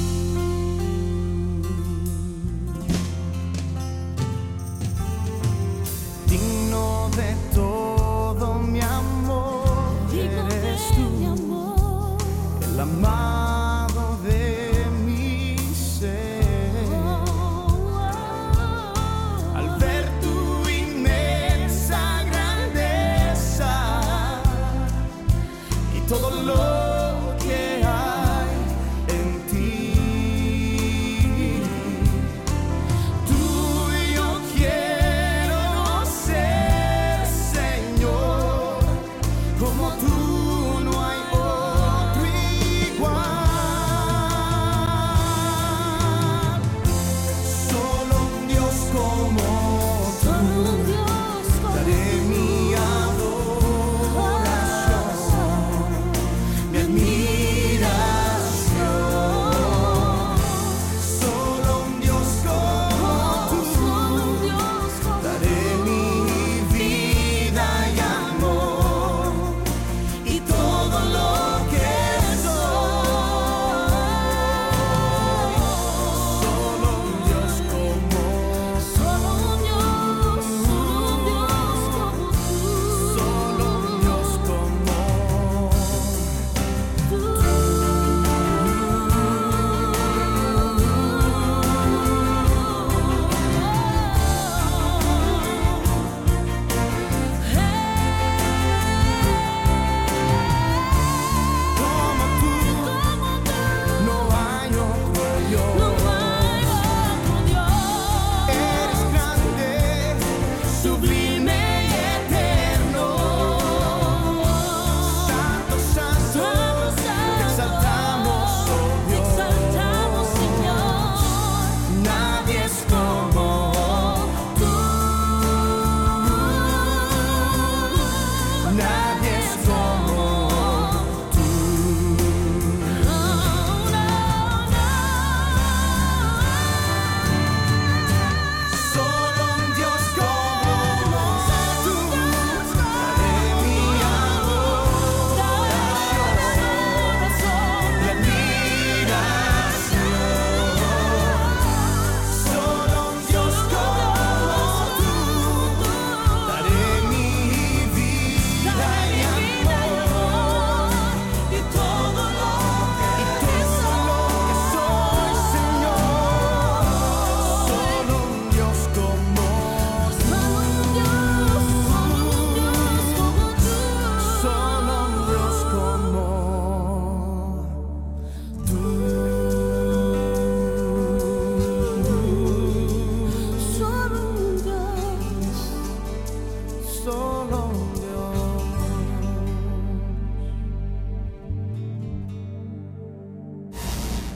Digno de todo mi amor eres tú, el amado de mi ser. Al ver tu inmensa grandeza y todo lo que hay en ti, tuyo quiero ser, Señor, como tú no hay otro igual. Solo un Dios como tú, daré mi adoración, mi admiración. Solo un Dios como tú, daré mi vida y amor y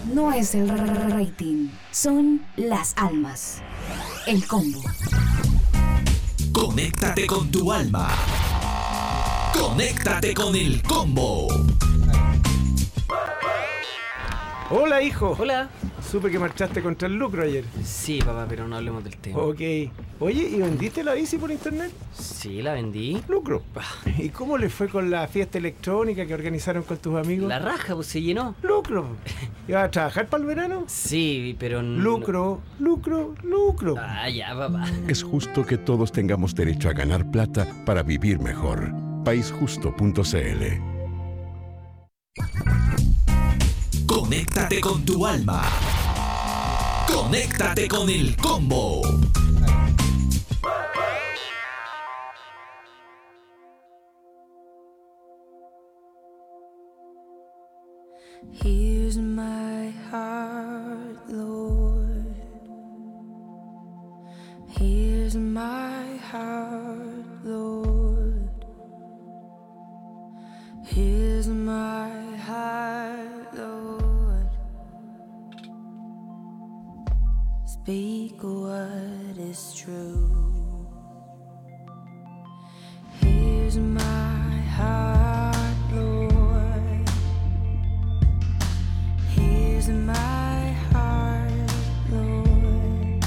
no es el rating, son las almas. El combo. Conéctate con tu alma. Conéctate con el combo. Hola, hijo. Hola. Supe que marchaste contra el lucro ayer. Sí, papá, pero no hablemos del tema. Ok. Oye, ¿y vendiste la bici por internet? Sí, la vendí. Lucro. ¿Y cómo le fue con la fiesta electrónica que organizaron con tus amigos? La raja, pues se llenó. Lucro. ¿Ibas a trabajar para el verano? Sí, pero no... Lucro, lucro, lucro. Ah, ya, papá. Es justo que todos tengamos derecho a ganar plata para vivir mejor. país justo punto c l. Conéctate con tu alma. Conéctate con el combo. Here's my heart, Lord. Here's my heart, Lord. Here's my heart, Lord. Speak what is true. Here's my heart, Lord. Here's my heart, Lord.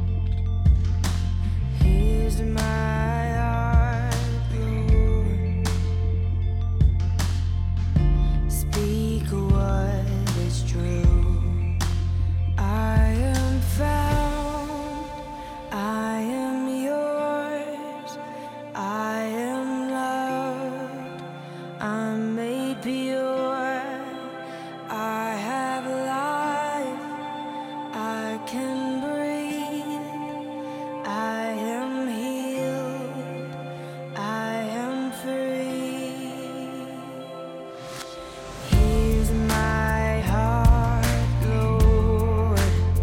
Here's my heart, Lord. Speak what is true. I am found, I am yours, I am loved, I'm made pure, I have life, I can breathe, I am healed, I am free. Here's my heart, Lord.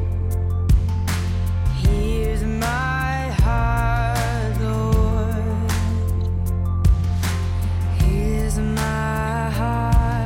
Here's my heart, Lord. Here's my heart.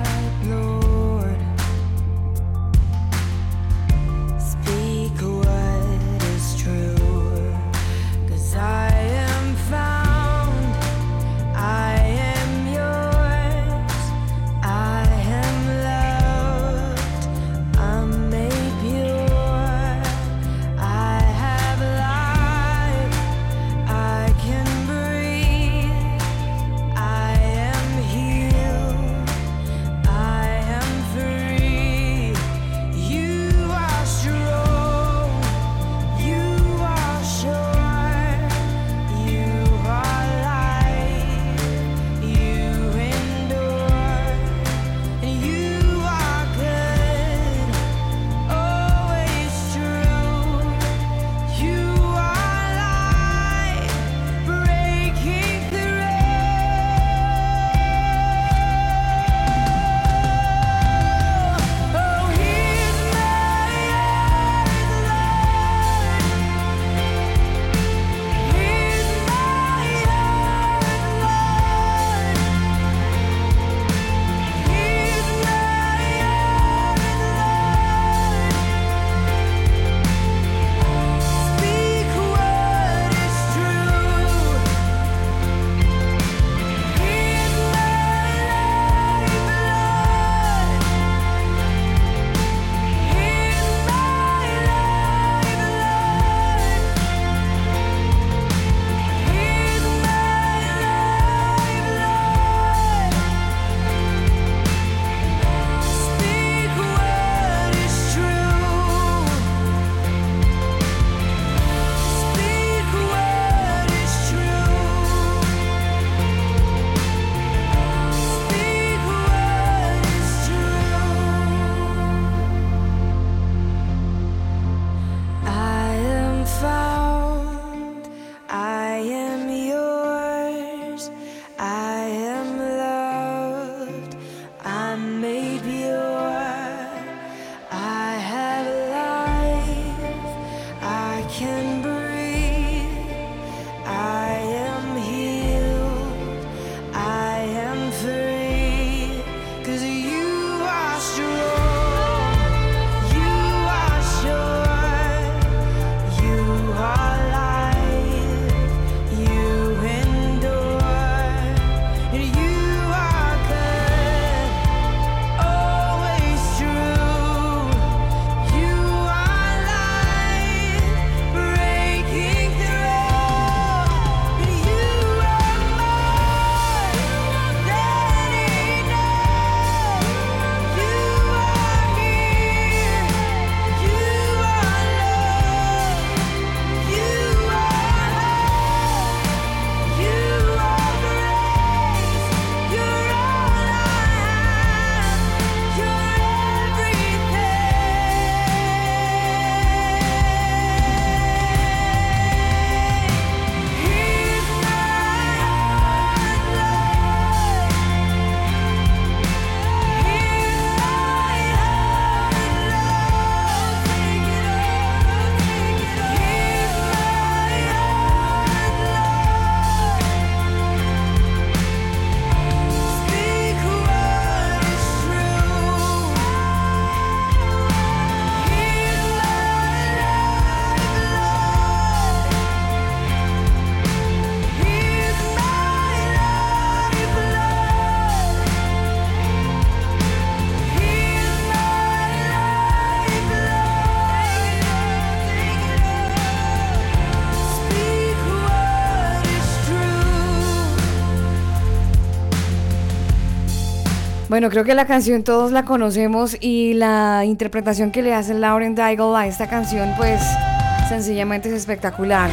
Bueno, creo que la canción todos la conocemos y la interpretación que le hace Lauren Daigle a esta canción, pues sencillamente es espectacular.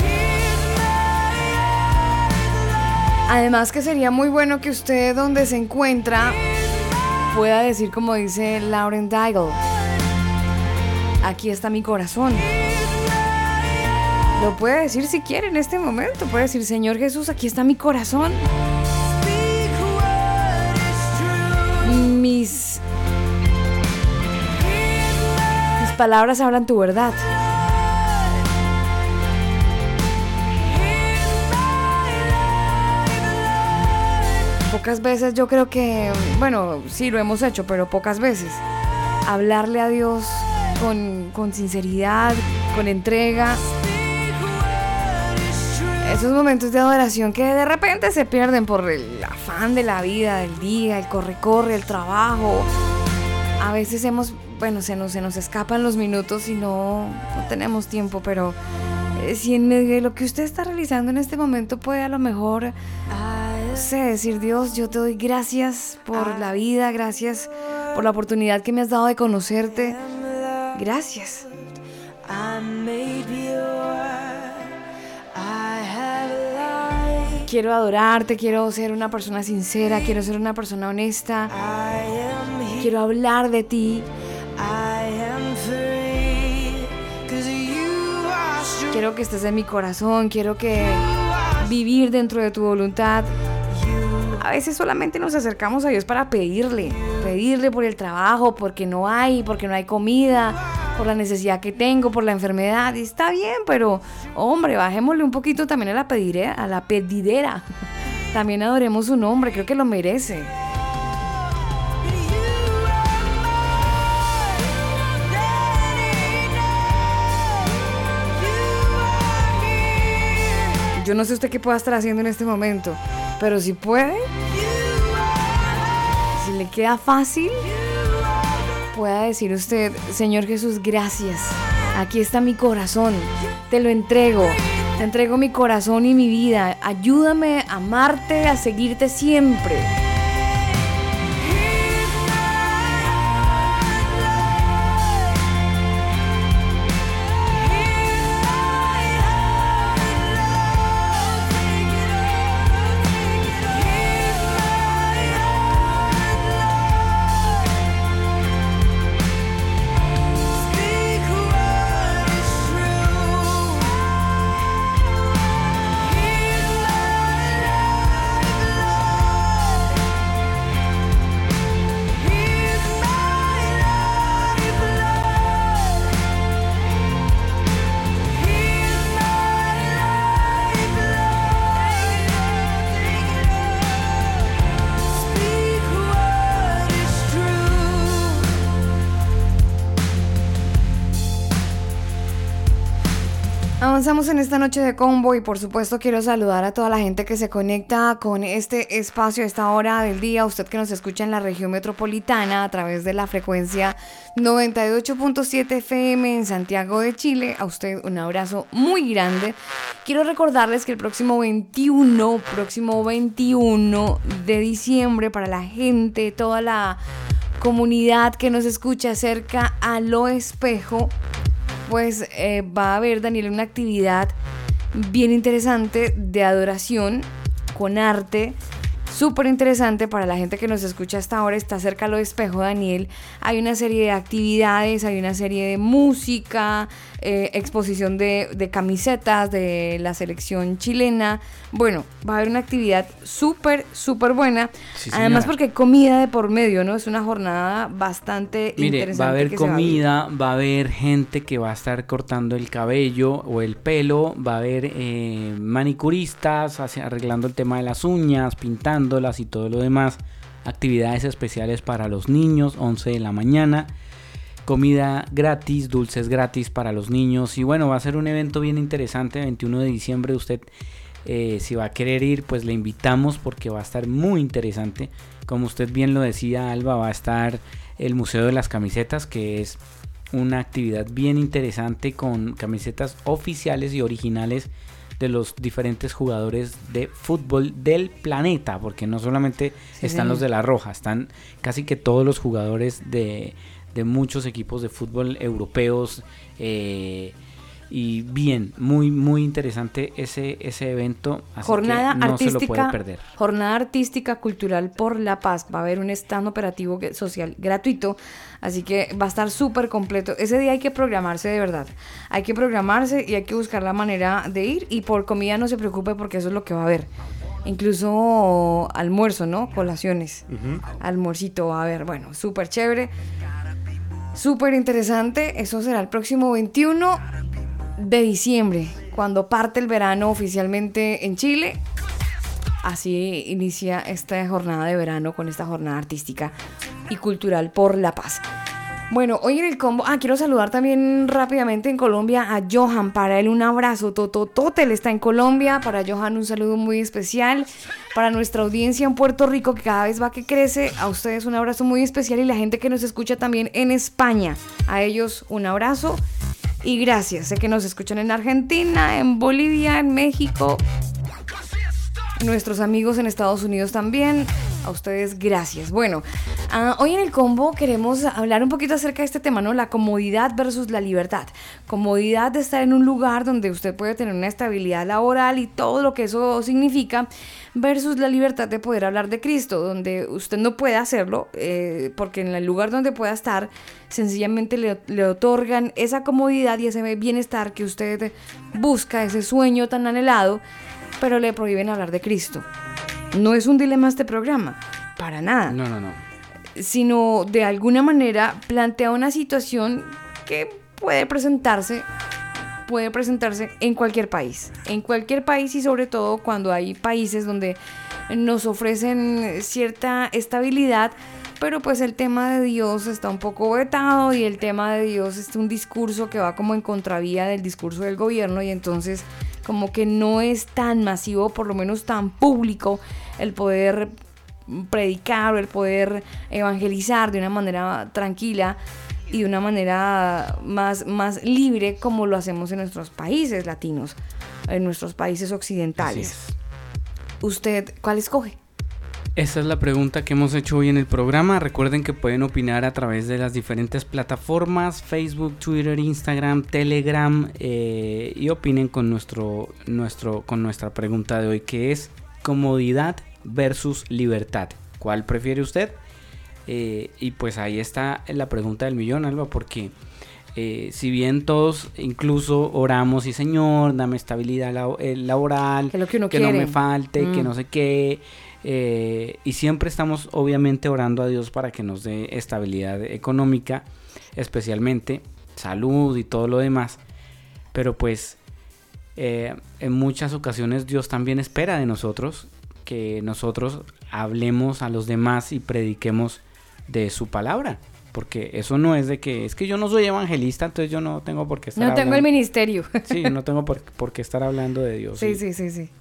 Además que sería muy bueno que usted, donde se encuentra, pueda decir como dice Lauren Daigle: aquí está mi corazón. Lo puede decir si quiere en este momento. Puede decir: Señor Jesús, aquí está mi corazón. Mis, mis palabras hablan tu verdad. Pocas veces yo creo que, bueno, sí lo hemos hecho, pero pocas veces. Hablarle a Dios con, con sinceridad, con entrega. Esos momentos de adoración que de repente se pierden por el afán de la vida, del día, el corre-corre, el trabajo. A veces hemos, bueno, se nos, se nos escapan los minutos y no, no tenemos tiempo, pero eh, si en medio de lo que usted está realizando en este momento puede a lo mejor, no sé, decir: Dios, yo te doy gracias por la vida, gracias por la oportunidad que me has dado de conocerte. Gracias. Quiero adorarte, quiero ser una persona sincera, quiero ser una persona honesta, quiero hablar de ti, quiero que estés en mi corazón, quiero que vivir dentro de tu voluntad. A veces solamente nos acercamos a Dios para pedirle, pedirle por el trabajo, porque no hay, porque no hay comida, por la necesidad que tengo, por la enfermedad, y está bien, pero hombre, bajémosle un poquito también a la pedidera, a la pedidera. También adoremos su nombre, creo que lo merece. Yo no sé usted qué pueda estar haciendo en este momento, pero si puede, si le queda fácil, pueda decir usted: Señor Jesús, gracias. Aquí está mi corazón. Te lo entrego. Te entrego mi corazón y mi vida. Ayúdame a amarte, a seguirte siempre. Avanzamos en esta noche de combo y por supuesto quiero saludar a toda la gente que se conecta con este espacio a esta hora del día. Usted que nos escucha en la región metropolitana a través de la frecuencia noventa y ocho punto siete F M en Santiago de Chile. A usted un abrazo muy grande. Quiero recordarles que el próximo veintiuno, próximo veintiuno de diciembre, para la gente, toda la comunidad que nos escucha cerca a Lo Espejo, pues eh, va a haber, Daniel, una actividad bien interesante de adoración con arte, súper interesante para la gente que nos escucha hasta ahora. Está cerca a Lo Espejo, Daniel. Hay una serie de actividades, hay una serie de música, eh, exposición de, de camisetas de la selección chilena. Bueno, va a haber una actividad súper, súper buena. Sí, además porque hay comida de por medio, ¿no? Es una jornada bastante Mire, interesante. va a haber que comida, va a, va a haber gente que va a estar cortando el cabello o el pelo, va a haber eh, manicuristas hacia, arreglando el tema de las uñas, pintándolas y todo lo demás. Actividades especiales para los niños, once de la mañana. Comida gratis, dulces gratis para los niños. Y bueno, va a ser un evento bien interesante, veintiuno de diciembre. Usted, eh, si va a querer ir, pues le invitamos porque va a estar muy interesante. Como usted bien lo decía, Alba, va a estar el Museo de las Camisetas, que es una actividad bien interesante con camisetas oficiales y originales de los diferentes jugadores de fútbol del planeta, porque no solamente Sí, están señor. los de La Roja, están casi que todos los jugadores de, de muchos equipos de fútbol europeos. eh, y bien, muy muy interesante ese, ese evento, así Jornada que no se lo puede artística, perder. jornada artística cultural por la paz. Va a haber un stand operativo que- social gratuito, así que va a estar súper completo. Ese día hay que programarse de verdad. Hay que programarse y hay que buscar la manera de ir. Y por comida no se preocupe porque eso es lo que va a haber. Incluso almuerzo, ¿no? Colaciones. Almuercito va a haber. Bueno, súper chévere. Súper interesante. Eso será el próximo veintiuno de diciembre, cuando parte el verano oficialmente en Chile. Así inicia esta jornada de verano con esta jornada artística y cultural por la paz. Bueno, hoy en el combo, ah, quiero saludar también rápidamente en Colombia a Johan, para él un abrazo, Tototote, él está en Colombia, para Johan un saludo muy especial, para nuestra audiencia en Puerto Rico que cada vez va que crece, a ustedes un abrazo muy especial y la gente que nos escucha también en España, a ellos un abrazo y gracias, sé que nos escuchan en Argentina, en Bolivia, en México, nuestros amigos en Estados Unidos también. A ustedes, gracias. Bueno, uh, hoy en el combo queremos hablar un poquito acerca de este tema, ¿no? La comodidad versus la libertad. Comodidad de estar en un lugar donde usted puede tener una estabilidad laboral y todo lo que eso significa, versus la libertad de poder hablar de Cristo, donde usted no puede hacerlo, eh, porque en el lugar donde pueda estar, sencillamente le, le otorgan esa comodidad y ese bienestar que usted busca, ese sueño tan anhelado, pero le prohíben hablar de Cristo. No es un dilema este programa, para nada. No, no, no. Sino de alguna manera plantea una situación que puede presentarse, puede presentarse en cualquier país. En cualquier país y sobre todo cuando hay países donde nos ofrecen cierta estabilidad, pero pues el tema de Dios está un poco vetado y el tema de Dios es un discurso que va como en contravía del discurso del gobierno y entonces como que no es tan masivo, por lo menos tan público, el poder predicar o el poder evangelizar de una manera tranquila y de una manera más, más libre como lo hacemos en nuestros países latinos, en nuestros países occidentales. ¿Usted cuál escoge? Esa es la pregunta que hemos hecho hoy en el programa. Recuerden que pueden opinar a través de las diferentes plataformas, Facebook, Twitter, Instagram, Telegram, eh, y opinen con, nuestro, nuestro, con nuestra pregunta de hoy, que es comodidad versus libertad. ¿Cuál prefiere usted? Eh, y pues ahí está la pregunta del millón, Alba, porque eh, si bien todos incluso oramos y Señor, dame estabilidad labo- eh, laboral, Que es lo que uno que quiere. no me falte, Mm. que no sé qué... Eh, y siempre estamos obviamente orando a Dios para que nos dé estabilidad económica, especialmente salud y todo lo demás, pero pues eh, en muchas ocasiones Dios también espera de nosotros que nosotros hablemos a los demás y prediquemos de su palabra, porque eso no es de que es que yo no soy evangelista, entonces yo no tengo por qué estar No tengo el hablando- ministerio. sí, no tengo por, por qué estar hablando de Dios. Sí, y- sí, sí, sí.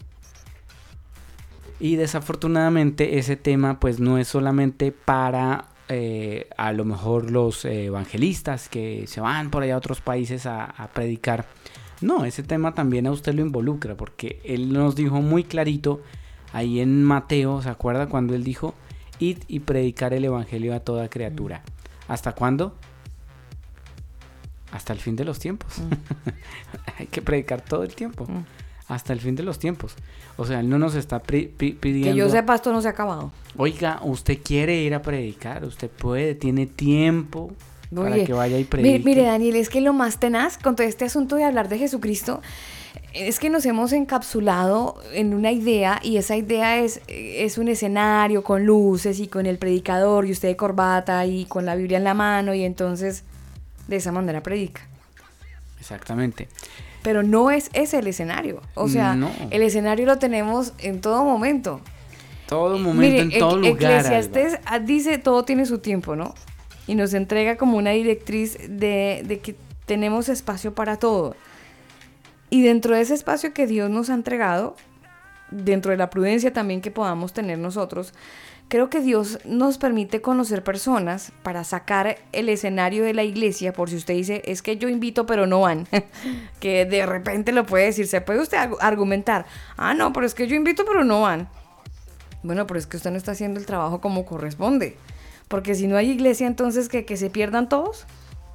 Y desafortunadamente ese tema pues no es solamente para eh, a lo mejor los eh, evangelistas que se van por allá a otros países a, a predicar. No, ese tema también a usted lo involucra, porque él nos dijo muy clarito ahí en Mateo, ¿se acuerda cuando él dijo? Id y predicar el evangelio a toda criatura. ¿Hasta cuándo? Hasta el fin de los tiempos. Hay que predicar todo el tiempo. Hasta el fin de los tiempos. O sea, él no nos está pri- pi- pidiendo... Que yo sepa, esto no se ha acabado. Oiga, usted quiere ir a predicar, usted puede, tiene tiempo para Oye, que vaya y mire, predique. mire, Daniel, es que lo más tenaz con todo este asunto de hablar de Jesucristo es que nos hemos encapsulado en una idea y esa idea es, es un escenario con luces y con el predicador y usted de corbata y con la Biblia en la mano y entonces de esa manera predica. Exactamente. Pero no es ese el escenario. O sea, No. el escenario lo tenemos en todo momento. Todo momento, Mire, en todo Ec- lugar. Eclesiastés ah, dice todo tiene su tiempo, ¿no? Y nos entrega como una directriz de, de que tenemos espacio para todo. Y dentro de ese espacio que Dios nos ha entregado, dentro de la prudencia también que podamos tener nosotros, Creo que Dios nos permite conocer personas para sacar el escenario de la iglesia, por si usted dice, es que yo invito pero no van, que de repente lo puede decir, se puede usted argumentar, ah no, pero es que yo invito pero no van. Bueno, pero es que usted no está haciendo el trabajo como corresponde, porque si no hay iglesia, entonces que, que se pierdan todos.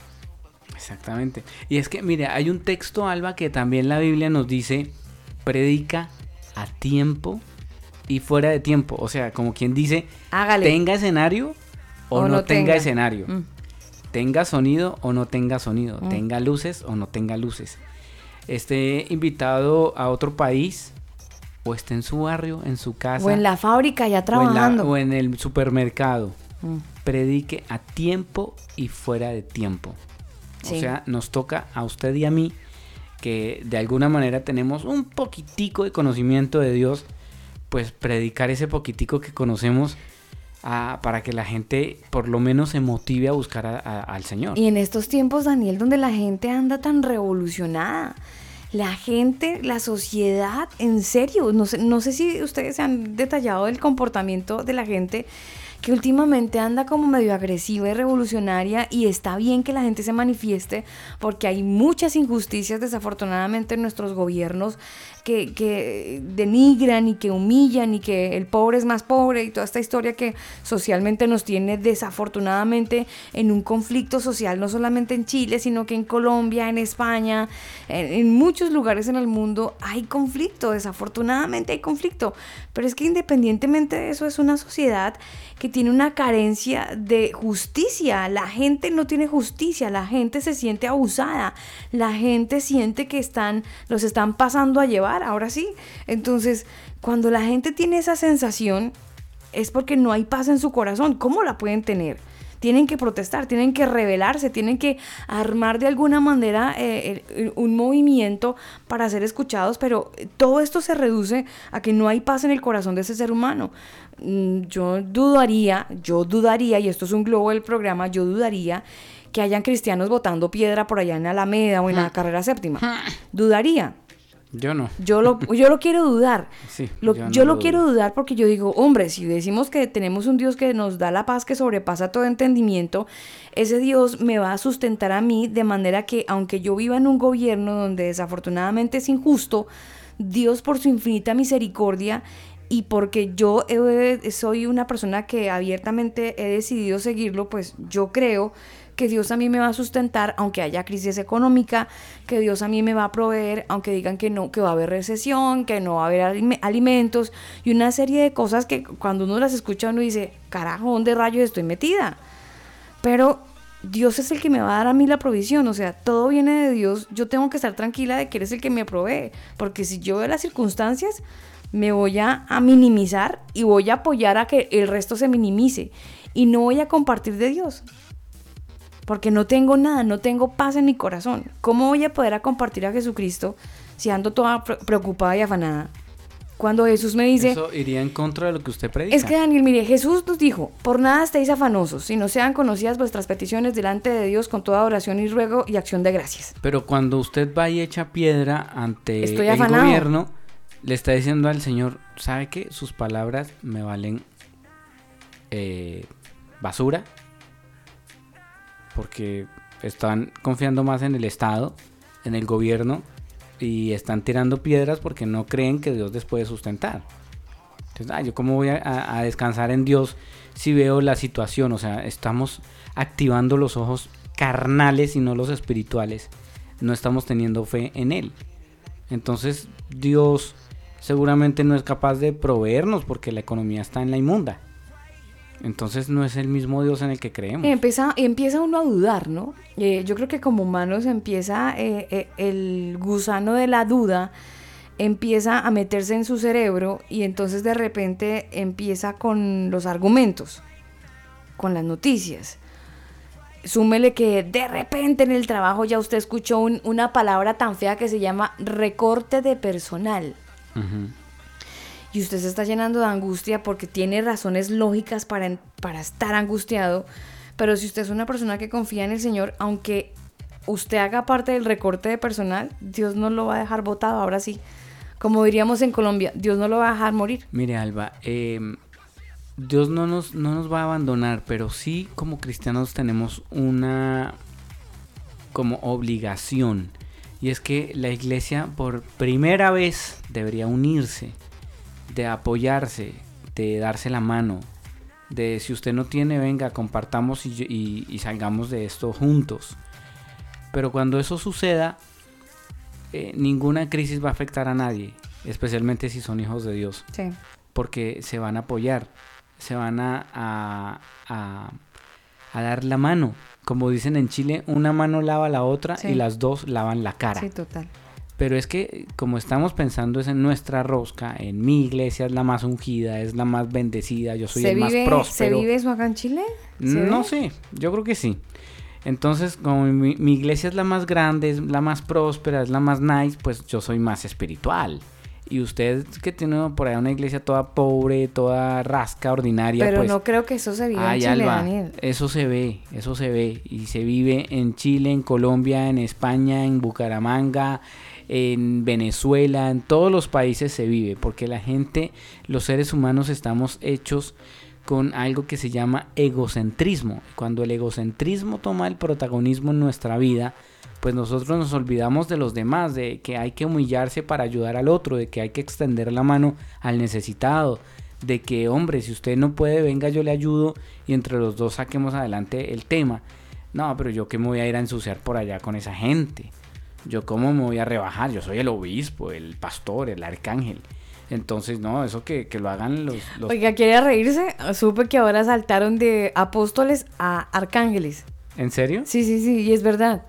Exactamente. Y es que, mire, hay un texto, Alba, que también la Biblia nos dice, predica a tiempo y fuera de tiempo. O sea, como quien dice, hágale, tenga escenario o, o no, no tenga, tenga escenario. Mm. Tenga sonido o no tenga sonido. Mm. Tenga luces o no tenga luces. Esté invitado a otro país o esté en su barrio, en su casa. O en la fábrica ya trabajando. O en, la, o en el supermercado. Mm. Predique a tiempo y fuera de tiempo. Sí. O sea, nos toca a usted y a mí, que de alguna manera tenemos un poquitico de conocimiento de Dios, pues predicar ese poquitico que conocemos a, para que la gente por lo menos se motive a buscar a, a, al Señor. Y en estos tiempos, Daniel, donde la gente anda tan revolucionada, la gente, la sociedad, en serio, no sé, no sé si ustedes se han detallado el comportamiento de la gente que últimamente anda como medio agresiva y revolucionaria, y está bien que la gente se manifieste porque hay muchas injusticias desafortunadamente en nuestros gobiernos que, que denigran y que humillan y que el pobre es más pobre y toda esta historia que socialmente nos tiene desafortunadamente en un conflicto social, no solamente en Chile, sino que en Colombia, en España, en, en muchos lugares en el mundo hay conflicto, desafortunadamente hay conflicto, pero es que independientemente de eso es una sociedad que tiene una carencia de justicia. La gente no tiene justicia, la gente se siente abusada, la gente siente que están, los están pasando a llevar, ahora sí. Entonces, cuando la gente tiene esa sensación, es porque no hay paz en su corazón. ¿Cómo la pueden tener? Tienen que protestar, tienen que rebelarse, tienen que armar de alguna manera eh, el, un movimiento para ser escuchados, pero todo esto se reduce a que no hay paz en el corazón de ese ser humano. Yo dudaría, yo dudaría, y esto es un globo del programa, yo dudaría que hayan cristianos botando piedra por allá en Alameda o en la carrera séptima. Dudaría. Yo no. Yo lo, yo lo quiero dudar. Sí, lo, yo no yo lo lo quiero dudar porque yo digo, hombre, si decimos que tenemos un Dios que nos da la paz que sobrepasa todo entendimiento, ese Dios me va a sustentar a mí de manera que, aunque yo viva en un gobierno donde desafortunadamente es injusto, Dios por su infinita misericordia y porque yo he, soy una persona que abiertamente he decidido seguirlo, pues yo creo que Dios a mí me va a sustentar aunque haya crisis económica, que Dios a mí me va a proveer aunque digan que no, que va a haber recesión, que no va a haber alimentos y una serie de cosas que cuando uno las escucha uno dice, carajo, ¿dónde rayos estoy metida? Pero Dios es el que me va a dar a mí la provisión, o sea, todo viene de Dios, yo tengo que estar tranquila de que Él es el que me provee, porque si yo veo las circunstancias, me voy a, a minimizar y voy a apoyar a que el resto se minimice y no voy a compartir de Dios. Porque no tengo nada, no tengo paz en mi corazón. ¿Cómo voy a poder a compartir a Jesucristo si ando toda preocupada y afanada? Cuando Jesús me dice... Eso iría en contra de lo que usted predica. Es que, Daniel, mire, Jesús nos dijo, por nada estéis afanosos, sino sean conocidas vuestras peticiones delante de Dios con toda oración y ruego y acción de gracias. Pero cuando usted va y echa piedra ante Estoy el afanado. gobierno, le está diciendo al Señor, ¿sabe qué? Sus palabras me valen eh, basura. Porque están confiando más en el Estado, en el gobierno, y están tirando piedras porque no creen que Dios les puede sustentar. Entonces, ah, ¿yo cómo voy a, a descansar en Dios si veo la situación? O sea, estamos activando los ojos carnales y no los espirituales. No estamos teniendo fe en Él. Entonces, Dios seguramente no es capaz de proveernos porque la economía está en la inmunda. Entonces no es el mismo Dios en el que creemos. Empieza, empieza uno a dudar, ¿no? Eh, yo creo que como humanos empieza eh, eh, el gusano de la duda, empieza a meterse en su cerebro y entonces de repente empieza con los argumentos, con las noticias. Súmele que de repente en el trabajo ya usted escuchó un, una palabra tan fea que se llama recorte de personal. Uh-huh. Y usted se está llenando de angustia porque tiene razones lógicas para, para estar angustiado, pero si usted es una persona que confía en el Señor, aunque usted haga parte del recorte de personal, Dios no lo va a dejar botado, ahora sí. Como diríamos en Colombia, Dios no lo va a dejar morir. Mire, Alba, eh, Dios no nos, no nos va a abandonar, pero sí como cristianos tenemos una como obligación, y es que la iglesia por primera vez debería unirse, de apoyarse, de darse la mano, de si usted no tiene, venga, compartamos y, y, y salgamos de esto juntos. Pero cuando eso suceda, eh, ninguna crisis va a afectar a nadie, especialmente si son hijos de Dios. Sí. Porque se van a apoyar, se van a, a, a, a dar la mano. Como dicen en Chile, una mano lava la otra, sí, y las dos lavan la cara. Sí, total. Pero es que como estamos pensando es en nuestra rosca, en mi iglesia es la más ungida, es la más bendecida, yo soy el vive, más próspero. ¿Se vive eso acá en Chile? No sé, yo creo que sí. Entonces, como mi, mi iglesia es la más grande, es la más próspera, es la más nice, pues yo soy más espiritual. Y usted que tiene por ahí una iglesia toda pobre, toda rasca, ordinaria, pero pues... no creo que eso se vive ay, en Chile, Alba, Daniel. Eso se ve, eso se ve. Y se vive en Chile, en Colombia, en España, en Bucaramanga, en Venezuela, en todos los países se vive. Porque la gente, los seres humanos estamos hechos con algo que se llama egocentrismo. Cuando el egocentrismo toma el protagonismo en nuestra vida, pues nosotros nos olvidamos de los demás, de que hay que humillarse para ayudar al otro, de que hay que extender la mano al necesitado, de que, hombre, si usted no puede, venga, yo le ayudo y entre los dos saquemos adelante el tema. No, pero yo qué me voy a ir a ensuciar por allá con esa gente. Yo cómo me voy a rebajar, yo soy el obispo, el pastor, el arcángel. Entonces, no, eso que, que lo hagan los, los... Oiga, ¿quiere reírse? Supe que ahora saltaron de apóstoles a arcángeles. ¿En serio? Sí, sí, sí, y es verdad.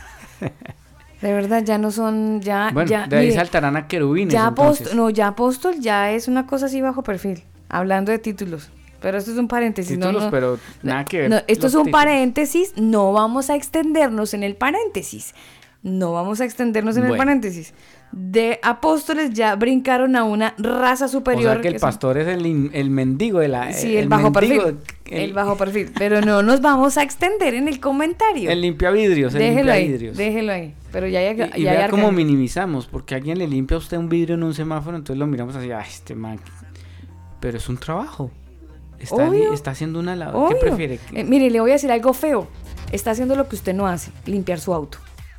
De verdad, ya no son, ya, bueno, ya, de ahí mire, saltarán a querubines. Ya entonces. apóstol, no, ya apóstol ya es una cosa así bajo perfil, hablando de títulos. Pero esto es un paréntesis, títulos, no, no, pero nada que ver. No, esto es un títulos. paréntesis, no vamos a extendernos en el paréntesis. No vamos a extendernos en bueno. el paréntesis. De apóstoles ya brincaron a una raza superior. O sea que el que pastor son... es el, el mendigo de la... Sí, el, el bajo mendigo, perfil. El... el bajo perfil. Pero no nos vamos a extender en el comentario. El limpiavidrios, el déjelo limpiavidrios. Ahí, déjelo ahí. Pero ya, ya, y, y ya vea hay cómo minimizamos, porque alguien le limpia a usted un vidrio en un semáforo, entonces lo miramos así, ay, este man... Pero es un trabajo. Está, Obvio. está haciendo una labor. Obvio. ¿Qué prefiere? Eh, mire, le voy a decir algo feo. Está haciendo lo que usted no hace, limpiar su auto.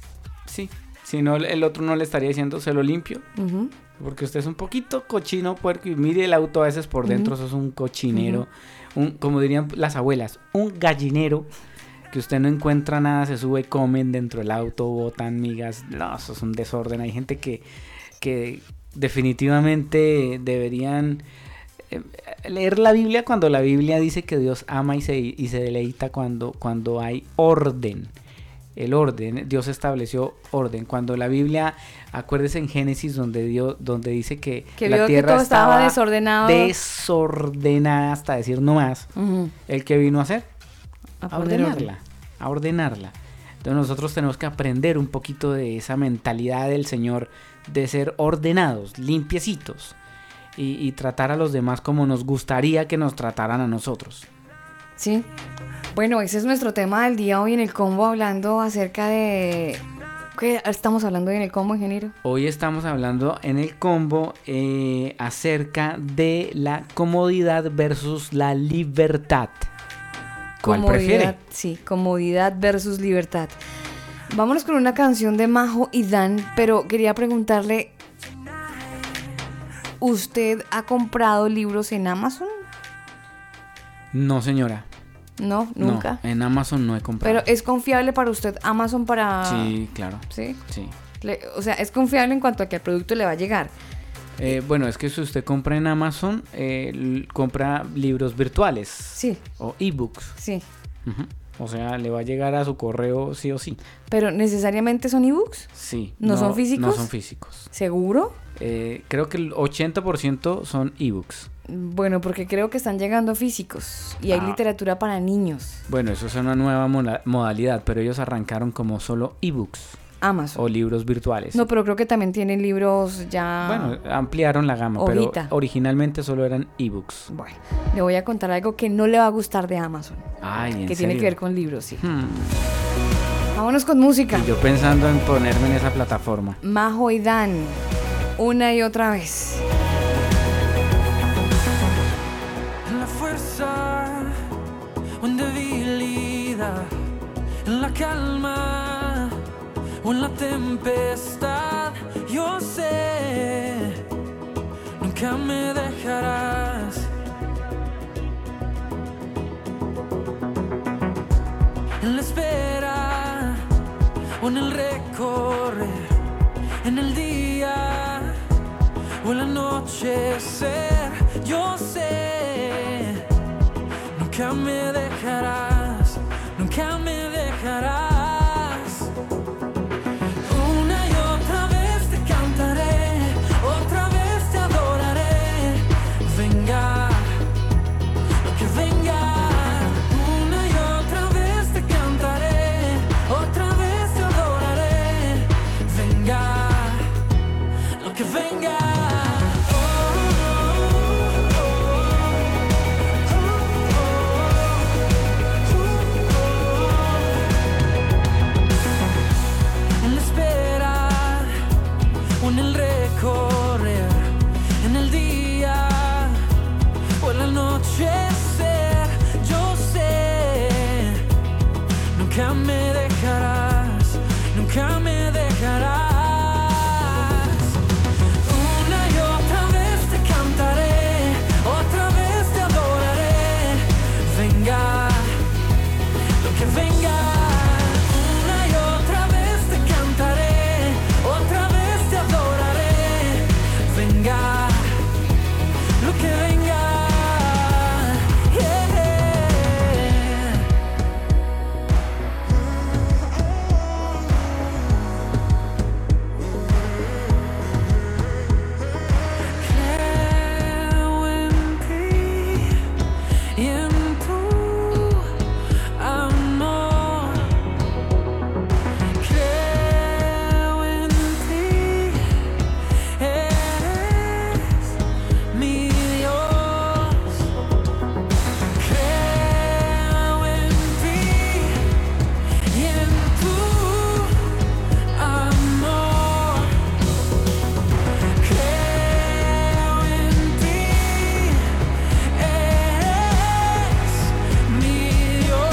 Sí. Si no, el otro no le estaría diciendo, se lo limpio. Uh-huh. Porque usted es un poquito cochino, puerco. Y mire el auto a veces por dentro, uh-huh. Eso es un cochinero. Uh-huh. Un, como dirían las abuelas, un gallinero. Que usted no encuentra nada, se sube, comen dentro del auto, botan migas. No, eso es un desorden. Hay gente que, que definitivamente deberían eh, leer la Biblia cuando la Biblia dice que Dios ama y se, y se deleita cuando, cuando hay orden. El orden, Dios estableció orden. Cuando la Biblia, acuérdese en Génesis donde Dios, donde dice que, que la tierra que todo estaba, estaba desordenado. desordenada hasta decir no más. Uh-huh. ¿El que vino a hacer? A, a ordenarla. A ordenarla. Entonces nosotros tenemos que aprender un poquito de esa mentalidad del Señor de ser ordenados, limpiecitos y, y tratar a los demás como nos gustaría que nos trataran a nosotros. Sí. Bueno, ese es nuestro tema del día hoy en el combo, hablando acerca de... ¿Qué estamos hablando hoy en el combo, ingeniero? Hoy estamos hablando en el combo eh, acerca de la comodidad versus la libertad. ¿Cuál comodidad, prefiere? Sí, comodidad versus libertad. Vámonos con una canción de Majo y Dan, pero quería preguntarle, ¿usted ha comprado libros en Amazon? No, señora. No, nunca. No, en Amazon no he comprado. Pero ¿es confiable para usted Amazon para...? Sí, claro. ¿Sí? Sí. Le, o sea, es confiable en cuanto a que el producto le va a llegar. Eh, bueno, es que si usted compra en Amazon, eh, l- compra libros virtuales. Sí. O ebooks. Sí. Uh-huh. O sea, le va a llegar a su correo sí o sí. ¿Pero necesariamente son ebooks? Sí. ¿No, no son físicos? No son físicos. ¿Seguro? Eh, creo que el ochenta por ciento son ebooks. Bueno, porque creo que están llegando físicos y hay ah. literatura para niños. Bueno, eso es una nueva moda- modalidad, pero ellos arrancaron como solo ebooks. Amazon. O libros virtuales. No, pero creo que también tienen libros ya... Bueno, ampliaron la gama, hojita. Pero originalmente solo eran ebooks. Bueno, le voy a contar algo que no le va a gustar de Amazon. Ay, ¿en Que serio? tiene que ver con libros, sí. Hmm. Vámonos con música. Y yo pensando en ponerme en esa plataforma. Majo y Dan, una y otra vez. La fuerza debilidad, en la calma o en la tempestad. Yo sé, nunca me dejarás. En la espera o en el recorrer, en el día o el anochecer. Yo sé, nunca me dejarás, nunca me dejarás. Una y otra vez te cantaré, otra vez te adoraré. Venga, lo que venga. Una y otra vez te cantaré, otra vez te adoraré. Venga, lo que venga. Correr en el día o el anochecer. Yo sé, nunca me dejarás, nunca me dejarás. Una y otra vez te cantaré, otra vez te adoraré. Venga, lo que venga. Una y otra vez te cantaré, otra vez te adoraré. Venga, lo que venga, yeah. Creo en ti y en tu amor. Creo en ti, eres mi Dios. Creo en ti y en tu amor. Creo en ti, eres mi Dios.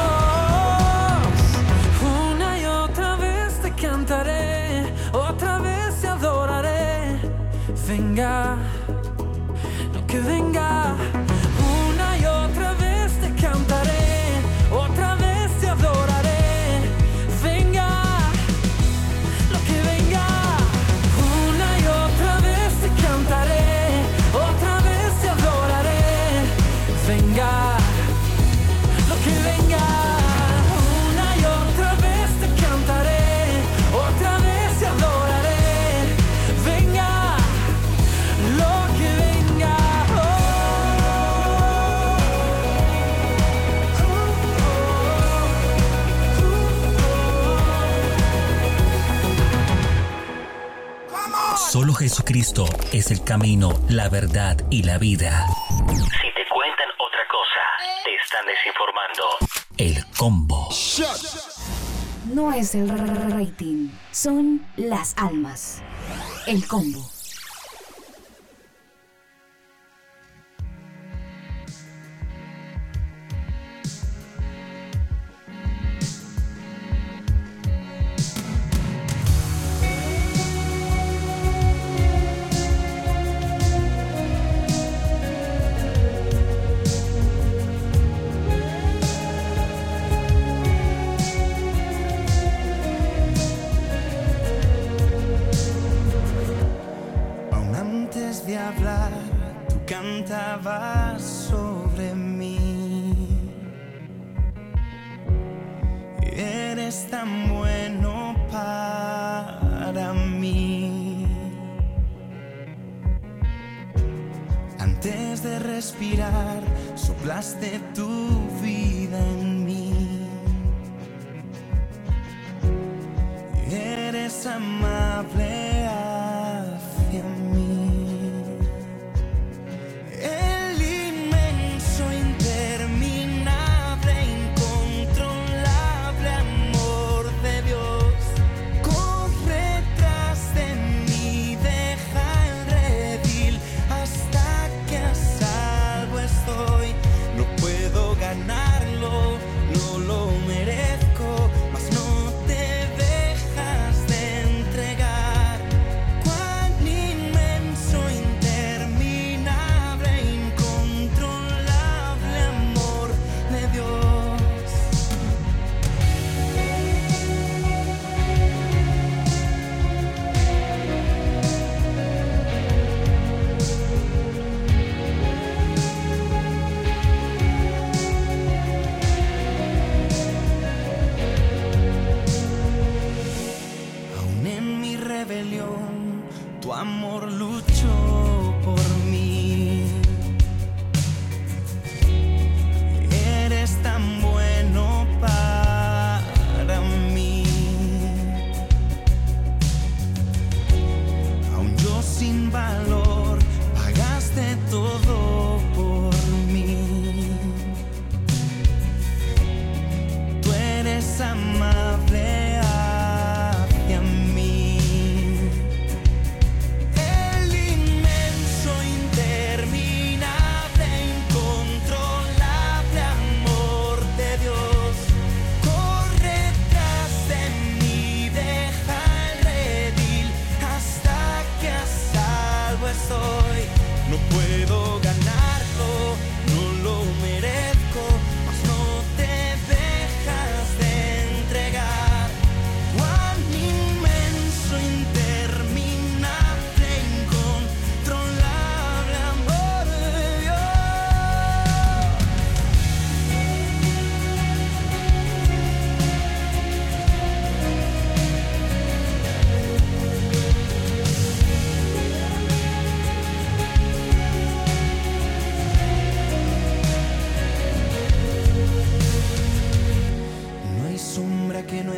Una y otra vez te cantaré, otra vez te adoraré. Venga, lo que venga. Una y otra vez te cantaré, otra vez te adoraré. Venga, lo que venga. Una y otra vez te cantaré, otra vez te adoraré. Venga, lo que venga. Una y otra vez te cantaré, otra vez te adoraré. Venga, lo que venga. Solo Jesucristo es el camino, la verdad y la vida. Si te cuentan otra cosa, te están desinformando. El Combo. No es el rating, son las almas. El Combo. Aún antes de hablar, tú cantabas sobre mí. Eres tan bueno para mí. Antes de respirar, soplaste tu vida en mí. Eres amable hacia mí. El inmenso, interminable, incontrolable amor de Dios corre tras de mí, deja el redil hasta que a salvo estoy. No puedo ganarlo,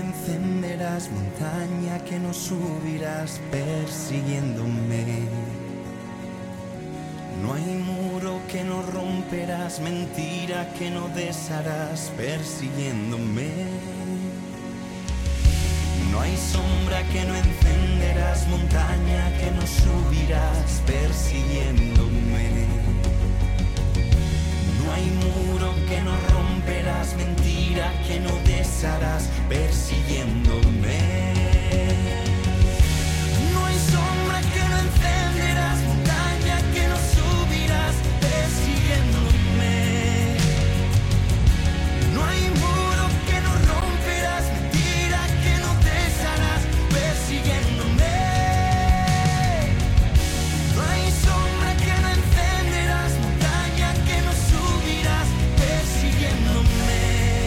encenderás, montaña que no subirás persiguiéndome. No hay muro que no romperás, mentira que no desharás persiguiéndome. No hay sombra que no encenderás, montaña que no subirás persiguiéndome. No hay muro que no romperás, mentira que no desharás persiguiéndome. No hay sombra que no encenderás, montaña que no subirás persiguiéndome. No hay muro que no romperás, mentira que no desharás persiguiéndome. No hay sombra que no encenderás, montaña que no subirás persiguiéndome.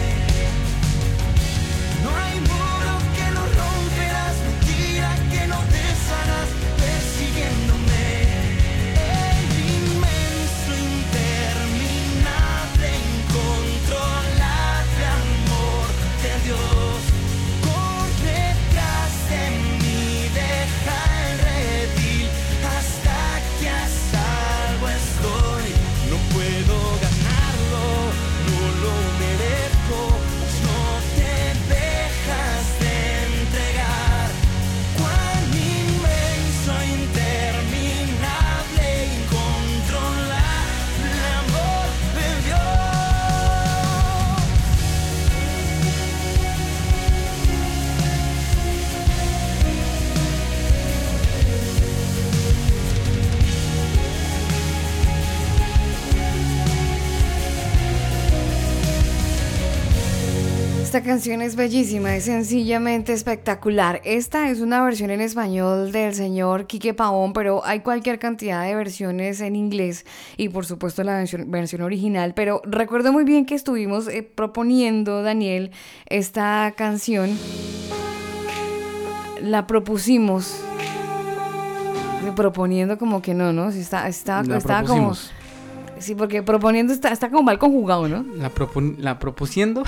No hay muro que no romperás, mentira que no desharás persiguiéndome. El inmenso, interminable, incontrolable amor de Dios corre tras de mí, deja el redil hasta que a salvo estoy. No puedo ganarlo, no lo merezco, pues no te dejas de entregar. Cuán inmenso, interminable, incontrolable amor de Dios. Esta canción es bellísima, es sencillamente espectacular. Esta es una versión en español del señor Quique Pavón, pero hay cualquier cantidad de versiones en inglés y por supuesto la versión, versión original. Pero recuerdo muy bien que estuvimos eh, proponiendo, Daniel, esta canción. La propusimos. Proponiendo como que no, ¿no? Sí, está, está, La estaba como... propusimos. Sí, porque proponiendo está, está como mal conjugado, ¿no? La, propu- la propusiendo,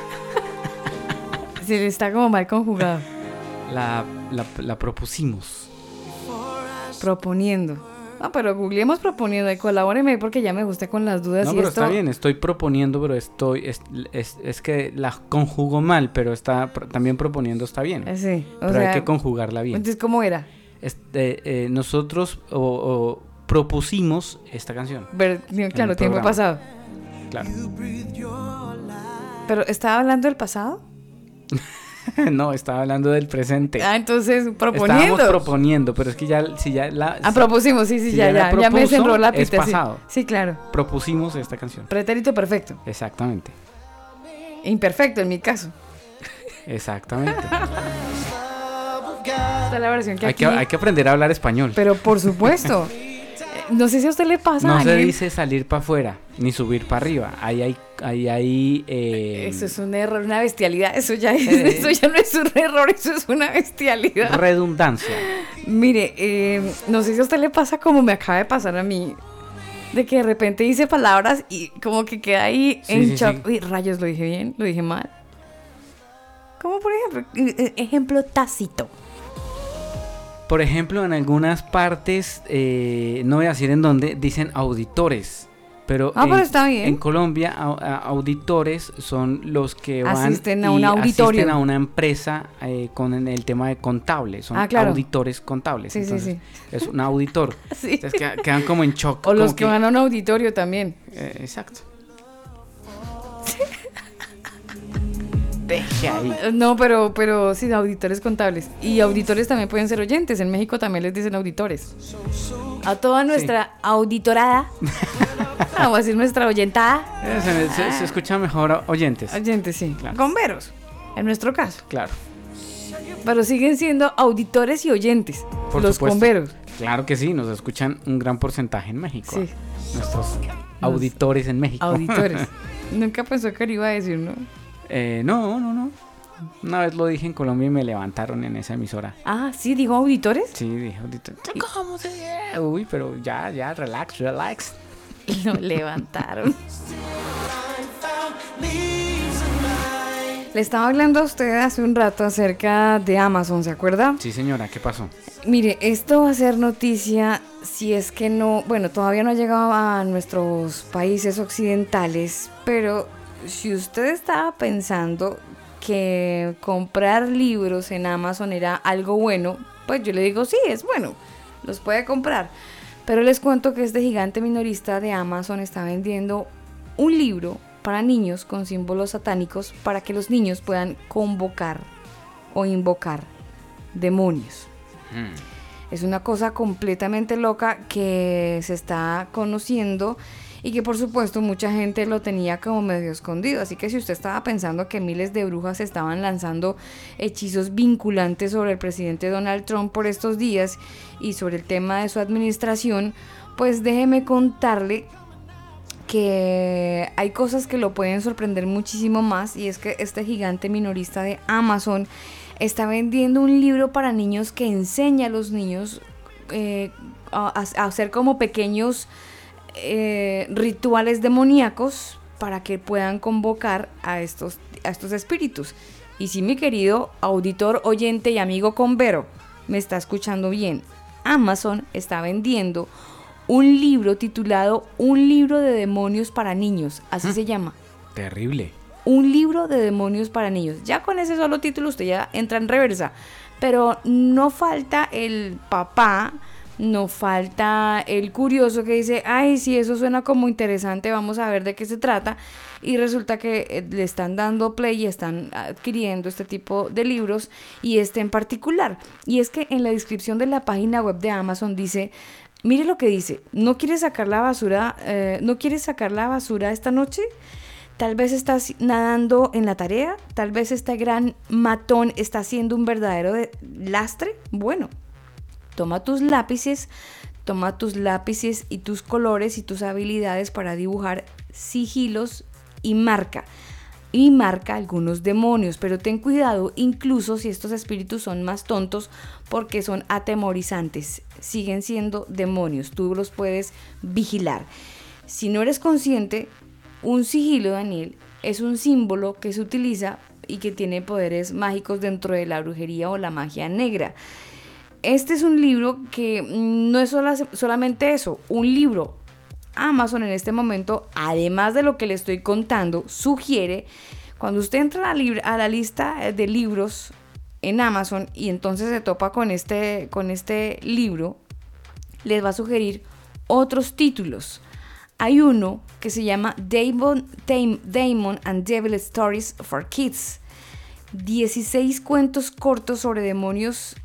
Sí, está como mal conjugado. la, la, la propusimos. Proponiendo. No, pero googleemos proponiendo y colabóreme porque ya me gusté con las dudas. No, y pero esto... está bien, estoy proponiendo, pero estoy es, es, es que la conjugo mal, pero está pr- también proponiendo está bien. Eh, Sí, o pero sea, hay que conjugarla bien. Entonces, ¿cómo era? Este, eh, nosotros o, o propusimos esta canción. Ver, claro, el tiempo programa. pasado. Claro. Pero, ¿estaba hablando del pasado? No, estaba hablando del presente. Ah, entonces, proponiendo. Estábamos proponiendo, pero es que ya, si ya la... Ah, propusimos, sí, sí, si ya, la ya, ya me propuso, sembró la es pita. Sí. pasado. Sí, claro. Propusimos esta canción. Pretérito perfecto. Exactamente. Imperfecto en mi caso. Exactamente. Esta es la versión que hay, aquí... que, hay que aprender a hablar español. Pero por supuesto. No sé si a usted le pasa, No se Daniel. dice salir para afuera, ni subir para arriba. Ahí hay... Ahí hay eh, Eso es un error, una bestialidad. Eso ya, es, Eh. eso ya no es un error, eso es una bestialidad. redundancia. Mire, eh, no sé si a usted le pasa como me acaba de pasar a mí. De que de repente dice palabras y como que queda ahí Sí, en sí, shock. sí. Uy, rayos, ¿lo dije bien? ¿Lo dije mal? Como por ejemplo, eh, ejemplo tácito. Por ejemplo, en algunas partes, eh, no voy a decir en dónde, dicen auditores. Pero, Ah, en, pero está bien. en Colombia, au- a- auditores son los que van Asisten a y un auditorio. asisten a una empresa eh, con el tema de contable. Son Ah, claro. auditores contables. Sí, sí, Entonces, sí. es un auditor. Sí. Entonces quedan, quedan como en shock. O los como que, van a un auditorio también. eh, exacto. Deje ahí. No, pero, pero sí, auditores contables. Y auditores también pueden ser oyentes. En México también les dicen auditores. A toda nuestra auditorada, vamos a decir nuestra oyentada. Eh, se, se- se escucha mejor a- oyentes. Oyentes, sí. Claro. Bomberos, en nuestro caso. Claro. Pero siguen siendo auditores y oyentes. Por los supuesto. bomberos. Claro que sí, nos escuchan un gran porcentaje en México. Sí. Nuestros auditores en México. Auditores. Nunca pensó que lo iba a decir, ¿no? Eh, no, no, no. Una vez lo dije en Colombia y me levantaron en esa emisora. Ah, sí, dijo auditores. Sí, dije auditores. ¿Cómo se dice? Uy, pero ya, ya, relax, relax. Lo levantaron. Le estaba hablando a usted hace un rato acerca de Amazon, ¿se acuerda? Sí, señora, ¿qué pasó? Mire, esto va a ser noticia si es que no, bueno, todavía no ha llegado a nuestros países occidentales, pero si usted estaba pensando que comprar libros en Amazon era algo bueno, pues yo le digo sí, es bueno, los puede comprar. Pero les cuento que este gigante minorista de Amazon está vendiendo un libro para niños con símbolos satánicos para que los niños puedan convocar o invocar demonios. Mm. Es una cosa completamente loca que se está conociendo y que por supuesto mucha gente lo tenía como medio escondido. Así que si usted estaba pensando que miles de brujas estaban lanzando hechizos vinculantes sobre el presidente Donald Trump por estos días y sobre el tema de su administración, pues déjeme contarle que hay cosas que lo pueden sorprender muchísimo más, y es que este gigante minorista de Amazon está vendiendo un libro para niños que enseña a los niños eh, a, a hacer como pequeños eh, rituales demoníacos para que puedan convocar a estos, a estos espíritus. Y si mi querido auditor, oyente y amigo convero me está escuchando bien, Amazon está vendiendo un libro titulado Un libro de demonios para niños, así se llama. Terrible. Un libro de demonios para niños. Ya con ese solo título usted ya entra en reversa. Pero no falta el papá, no falta el curioso que dice, ay, sí, eso suena como interesante, vamos a ver de qué se trata. Y resulta que le están dando play y están adquiriendo este tipo de libros, y este en particular. Y es que en la descripción de la página web de Amazon dice, mire lo que dice, ¿no quieres sacar la basura, eh, ¿no quieres sacar la basura esta noche? Tal vez estás nadando en la tarea, tal vez este gran matón está haciendo un verdadero de lastre. Bueno, toma tus lápices, toma tus lápices y tus colores y tus habilidades para dibujar sigilos y marca. Y marca algunos demonios, pero ten cuidado incluso si estos espíritus son más tontos, porque son atemorizantes, siguen siendo demonios, tú los puedes vigilar. Si no eres consciente, un sigilo, Daniel, es un símbolo que se utiliza y que tiene poderes mágicos dentro de la brujería o la magia negra. Este es un libro que no es sola, solamente eso, un libro. Amazon en este momento, además de lo que le estoy contando, sugiere, cuando usted entra a la, lib- a la lista de libros en Amazon y entonces se topa con este, con este libro, les va a sugerir otros títulos. Hay uno que se llama Demon, Demon and Devil Stories for Kids. dieciséis cuentos cortos sobre demonios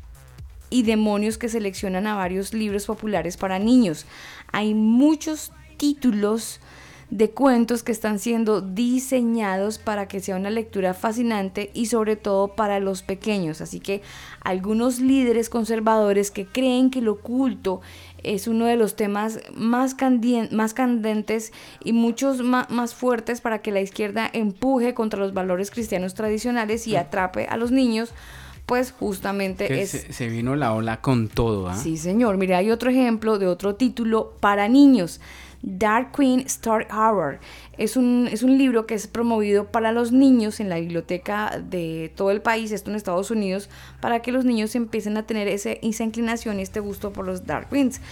y demonios que seleccionan a varios libros populares para niños. Hay muchos títulos de cuentos que están siendo diseñados para que sea una lectura fascinante y sobre todo para los pequeños. Así que algunos líderes conservadores que creen que lo oculto es uno de los temas más, candien- más candentes y muchos ma- más fuertes para que la izquierda empuje contra los valores cristianos tradicionales y atrape a los niños, pues justamente que es... Se, se vino la ola con todo, ¿ah? Sí, señor. Mira, hay otro ejemplo de otro título para niños. Dark Queen Story Hour. Es un, es un libro que es promovido para los niños en la biblioteca de todo el país, esto en Estados Unidos, para que los niños empiecen a tener ese, esa inclinación y este gusto por los Dark Queens.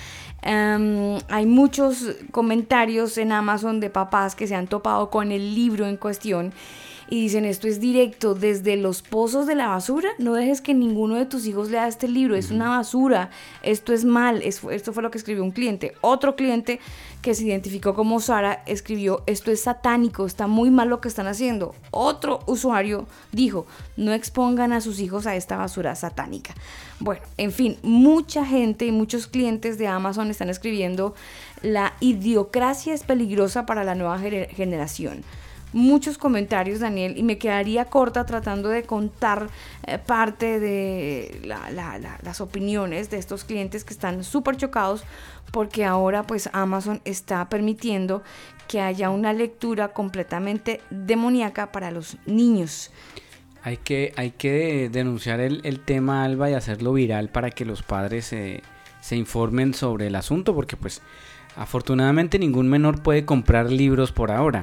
Um, hay muchos comentarios en Amazon de papás que se han topado con el libro en cuestión y dicen, esto es directo desde los pozos de la basura, no dejes que ninguno de tus hijos lea este libro, es una basura, esto es mal, es, esto fue lo que escribió un cliente. Otro cliente que se identificó como Sara escribió, esto es satánico, está muy mal lo que están haciendo. Otro usuario dijo, no expongan a sus hijos a esta basura satánica. Bueno, en fin, mucha gente y muchos clientes de Amazon están escribiendo, la idiocracia es peligrosa para la nueva gener- generación. Muchos comentarios, Daniel, y me quedaría corta tratando de contar eh, parte de la, la, la, las opiniones de estos clientes que están súper chocados porque ahora pues Amazon está permitiendo que haya una lectura completamente demoníaca para los niños. Hay que, hay que denunciar el, el tema, Alba, y hacerlo viral para que los padres se, se informen sobre el asunto, porque pues afortunadamente ningún menor puede comprar libros por ahora.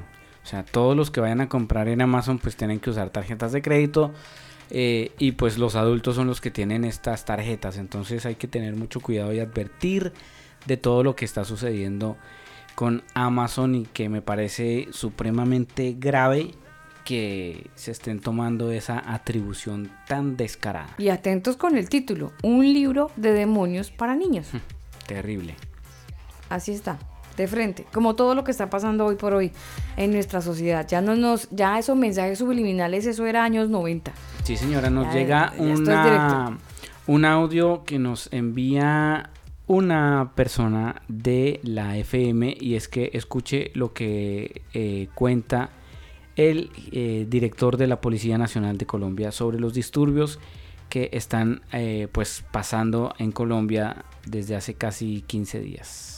O sea, todos los que vayan a comprar en Amazon pues tienen que usar tarjetas de crédito. Eh, y pues los adultos son los que tienen estas tarjetas, entonces hay que tener mucho cuidado y advertir de todo lo que está sucediendo con Amazon, y que me parece supremamente grave que se estén tomando esa atribución tan descarada. Y atentos con el título, un libro de demonios para niños. Terrible. Así está, de frente, como todo lo que está pasando hoy por hoy en nuestra sociedad. Ya no nos, ya esos mensajes subliminales, eso era años noventa. Sí, señora, nos ya, llega ya esto una, es directo. un audio que nos envía una persona de la F M, y es que escuche lo que eh, cuenta el eh, director de la Policía Nacional de Colombia sobre los disturbios que están eh, pues pasando en Colombia desde hace casi quince días.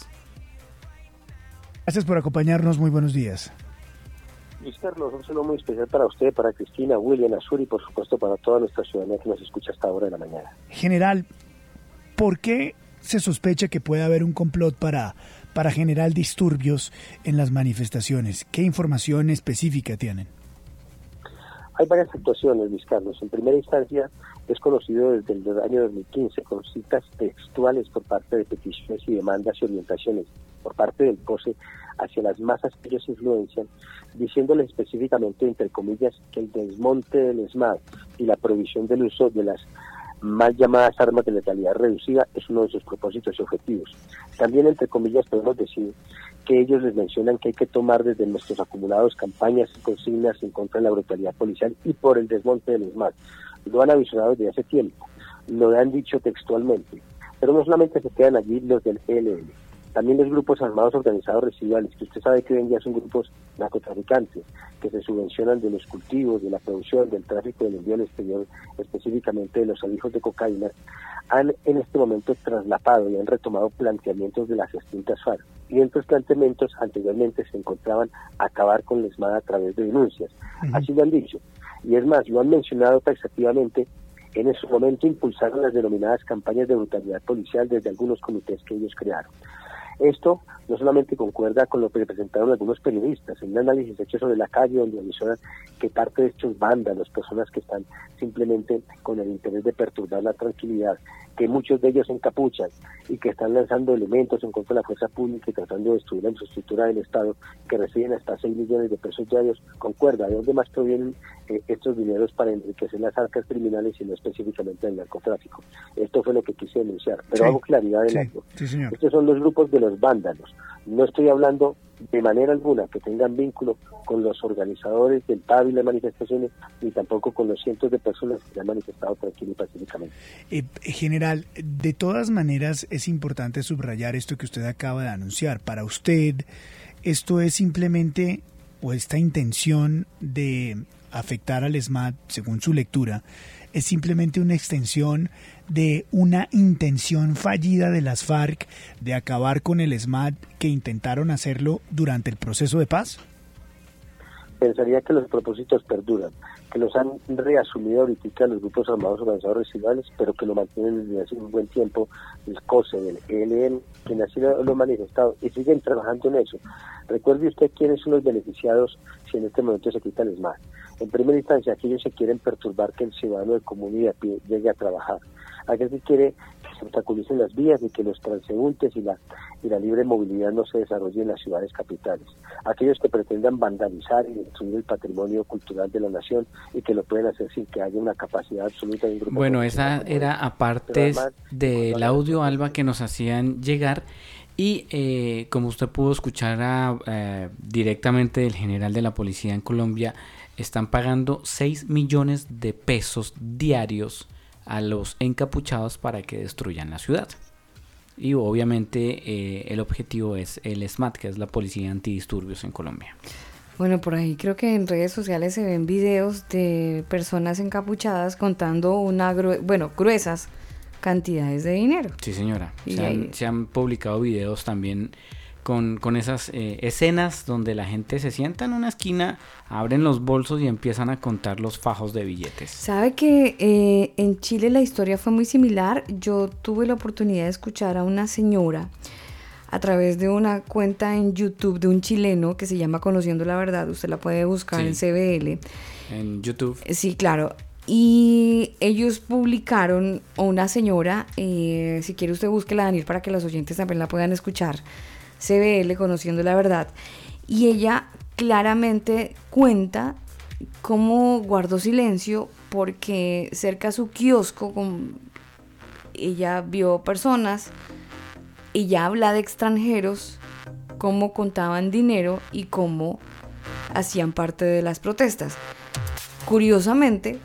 Gracias por acompañarnos, muy buenos días. Luis Carlos, un saludo muy especial para usted, para Cristina, William, Azur y por supuesto para toda nuestra ciudadanía que nos escucha hasta ahora de la mañana. General, ¿por qué se sospecha que puede haber un complot para, para generar disturbios en las manifestaciones? ¿Qué información específica tienen? Hay varias actuaciones, Luis Carlos. En primera instancia, es conocido desde el año dos mil quince con citas textuales por parte de peticiones y demandas y orientaciones por parte del P O S E hacia las masas que ellos influencian, diciéndoles específicamente, entre comillas, que el desmonte del ESMAD y la prohibición del uso de las mal llamadas armas de letalidad reducida es uno de sus propósitos y objetivos. También, entre comillas, podemos decir que ellos les mencionan que hay que tomar desde nuestros acumulados campañas y consignas en contra de la brutalidad policial y por el desmonte del ESMAD. Lo han avisado desde hace tiempo, lo han dicho textualmente, pero no solamente se quedan allí los del E L N, también los grupos armados organizados residuales, que usted sabe que hoy en día son grupos narcotraficantes, que se subvencionan de los cultivos, de la producción, del tráfico del envío al exterior, específicamente de los alijos de cocaína, han en este momento traslapado y han retomado planteamientos de las extintas FARC. Y estos planteamientos anteriormente se encontraban acabar con la ESMAD a través de denuncias. Uh-huh. Así lo han dicho. Y es más, lo han mencionado taxativamente. En ese momento impulsaron las denominadas campañas de brutalidad policial desde algunos comités que ellos crearon. Esto no solamente concuerda con lo que presentaron algunos periodistas, en un análisis hecho sobre la calle, donde avisaron que parte de estos vándalos, personas que están simplemente con el interés de perturbar la tranquilidad, que muchos de ellos se encapuchan y que están lanzando elementos en contra de la fuerza pública y tratando de destruir la infraestructura del Estado, que reciben hasta seis millones de pesos diarios, concuerda. ¿De dónde más provienen eh, estos dineros para enriquecer las arcas criminales y no específicamente del narcotráfico? Esto fue lo que quise denunciar, pero sí, hago claridad en sí, algo. Sí, señor. Estos son los grupos de los vándalos. No estoy hablando de manera alguna que tengan vínculo con los organizadores del paro y las manifestaciones, ni tampoco con los cientos de personas que se han manifestado tranquilo y pacíficamente. Eh, general, de todas maneras es importante subrayar esto que usted acaba de anunciar. Para usted, esto es simplemente, o esta intención de afectar al ESMAD, según su lectura, es simplemente una extensión de una intención fallida de las FARC de acabar con el ESMAD, que intentaron hacerlo durante el proceso de paz? Pensaría que los propósitos perduran, que los han reasumido ahorita los grupos armados organizados residuales, pero que lo mantienen desde hace un buen tiempo el C O S E, el E L N, quien así lo ha manifestado, y siguen trabajando en eso. Recuerde usted quiénes son los beneficiados si en este momento se quita el ESMAD. En primera instancia, aquellos que quieren perturbar que el ciudadano de comunidad llegue a trabajar, aquel que quiere que se obstaculicen las vías y que los transeúntes y la, y la libre movilidad no se desarrollen en las ciudades capitales, aquellos que pretendan vandalizar y destruir el patrimonio cultural de la nación y que lo pueden hacer sin que haya una capacidad absoluta de un grupo. Bueno, esa era aparte del audio, Alba, que nos hacían llegar. Y eh, como usted pudo escuchar a, eh, directamente del general de la policía en Colombia, están pagando seis millones de pesos diarios a los encapuchados para que destruyan la ciudad. Y obviamente eh, el objetivo es el ESMAD, que es la policía antidisturbios en Colombia. Bueno, por ahí creo que en redes sociales se ven videos de personas encapuchadas contando una gru- bueno, gruesas cantidades de dinero. Sí, señora. Y Se han, ahí... se han publicado videos también con, con esas eh, escenas donde la gente se sienta en una esquina, abren los bolsos y empiezan a contar los fajos de billetes. ¿Sabe que eh, en Chile la historia fue muy similar? Yo tuve la oportunidad de escuchar a una señora a través de una cuenta en YouTube de un chileno que se llama Conociendo la Verdad. Usted la puede buscar Sí. en C B L. En YouTube. Sí, claro. Y ellos publicaron, o una señora, eh, si quiere usted búsquela, Daniel, para que los oyentes también la puedan escuchar, C B L, Conociendo la Verdad, y ella claramente cuenta cómo guardó silencio porque cerca a su kiosco con, ella vio personas, ella habla de extranjeros, cómo contaban dinero y cómo hacían parte de las protestas. Curiosamente,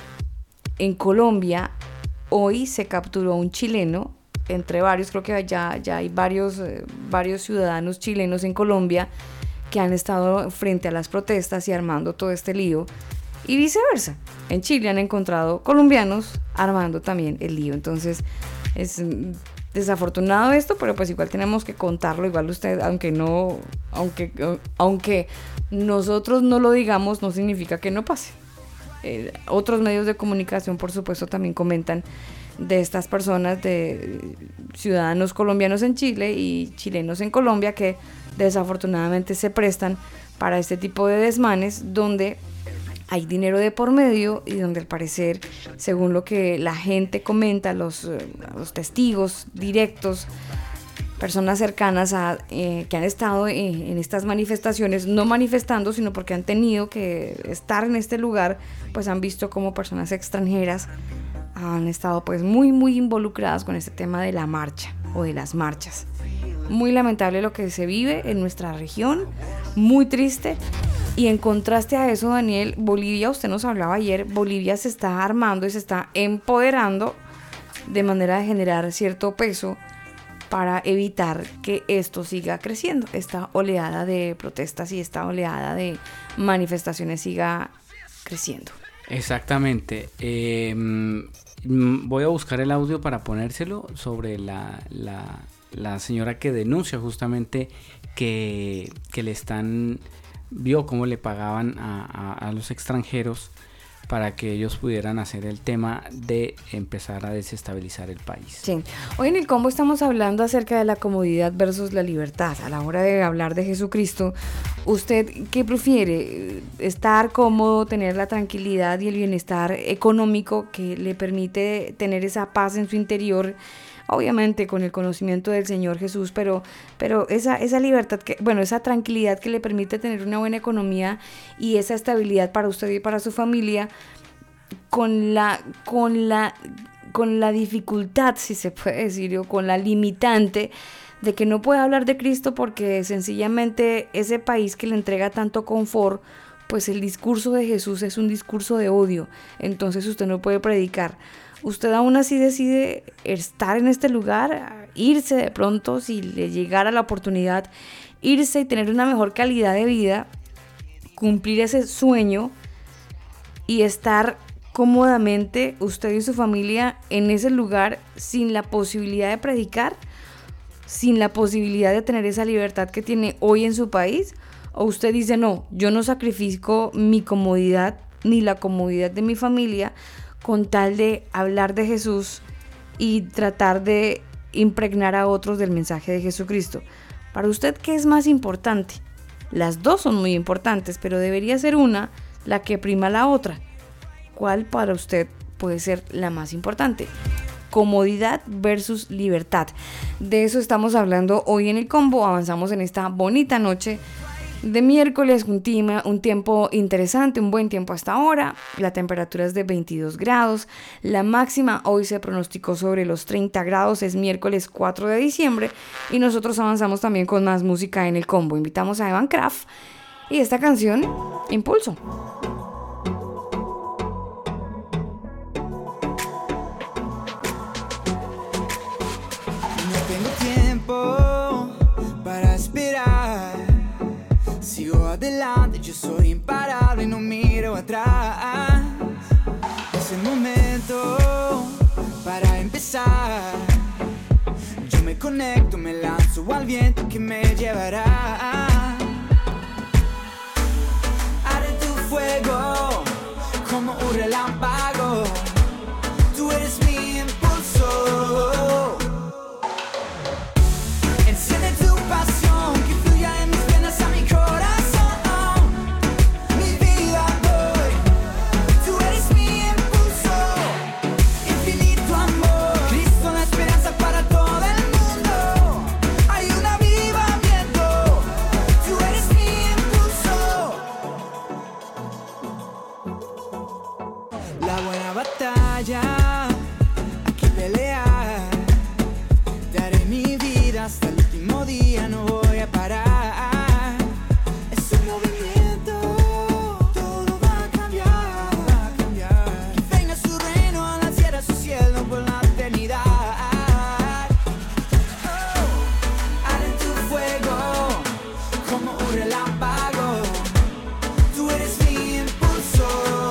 en Colombia hoy se capturó a un chileno, entre varios, creo que ya, ya hay varios, eh, varios ciudadanos chilenos en Colombia que han estado frente a las protestas y armando todo este lío, y viceversa. En Chile han encontrado colombianos armando también el lío. Entonces es mm, desafortunado esto, pero pues igual tenemos que contarlo. Igual usted, aunque no, aunque, aunque nosotros no lo digamos, no significa que no pase. Eh, otros medios de comunicación, por supuesto, también comentan de estas personas, de ciudadanos colombianos en Chile y chilenos en Colombia, que desafortunadamente se prestan para este tipo de desmanes donde hay dinero de por medio y donde al parecer, según lo que la gente comenta, los, los testigos directos, personas cercanas a eh, que han estado en, en estas manifestaciones, no manifestando, sino porque han tenido que estar en este lugar, pues han visto como personas extranjeras han estado pues muy muy involucradas con este tema de la marcha o de las marchas. Muy lamentable lo que se vive en nuestra región, muy triste. Y en contraste a eso, Daniel, Bolivia, usted nos hablaba ayer, Bolivia se está armando y se está empoderando de manera de generar cierto peso para evitar que esto siga creciendo, esta oleada de protestas y esta oleada de manifestaciones siga creciendo. Exactamente. Eh, mm, voy a buscar el audio para ponérselo sobre la, la, la señora que denuncia justamente que, que le están, vio cómo le pagaban a, a, a los extranjeros para que ellos pudieran hacer el tema de empezar a desestabilizar el país. Sí. Hoy en el combo estamos hablando acerca de la comodidad versus la libertad. A la hora de hablar de Jesucristo, ¿usted qué prefiere? ¿Estar cómodo, tener la tranquilidad y el bienestar económico que le permite tener esa paz en su interior? Obviamente con el conocimiento del Señor Jesús, pero, pero esa, esa libertad, que, bueno, esa tranquilidad que le permite tener una buena economía y esa estabilidad para usted y para su familia, con la, con la, con la dificultad, si se puede decir, o con la limitante de que no puede hablar de Cristo porque sencillamente ese país que le entrega tanto confort, pues el discurso de Jesús es un discurso de odio, entonces usted no puede predicar. Usted aún así decide estar en este lugar, irse de pronto, si le llegara la oportunidad, irse y tener una mejor calidad de vida, cumplir ese sueño y estar cómodamente usted y su familia en ese lugar sin la posibilidad de predicar, sin la posibilidad de tener esa libertad que tiene hoy en su país. O usted dice, no, yo no sacrifico mi comodidad ni la comodidad de mi familia con tal de hablar de Jesús y tratar de impregnar a otros del mensaje de Jesucristo. Para usted, ¿qué es más importante? Las dos son muy importantes, pero debería ser una la que prima la otra. ¿Cuál para usted puede ser la más importante? Comodidad versus libertad. De eso estamos hablando hoy en el combo. Avanzamos en esta bonita noche de miércoles, un, tima, un tiempo interesante, un buen tiempo hasta ahora. La temperatura es de veintidós grados. La máxima hoy se pronosticó sobre los treinta grados. Es miércoles cuatro de diciembre. Y nosotros avanzamos también con más música en el combo. Invitamos a Evan Kraft y esta canción, Impulso. No tengo tiempo para esperar. Sigo adelante, yo soy imparable y no miro atrás. Es el momento para empezar. Yo me conecto, me lanzo al viento que me llevará. Haré tu fuego como un relámpago. Tú eres mi impulso. Enciende tu la buena batalla, aquí pelear. Daré mi vida hasta el último día, no voy a parar. Es un movimiento, todo va a cambiar, va a cambiar. Que venga su reino, a la tierra su cielo por la eternidad. Oh, arde tu fuego, como un relámpago. Tú eres mi impulso.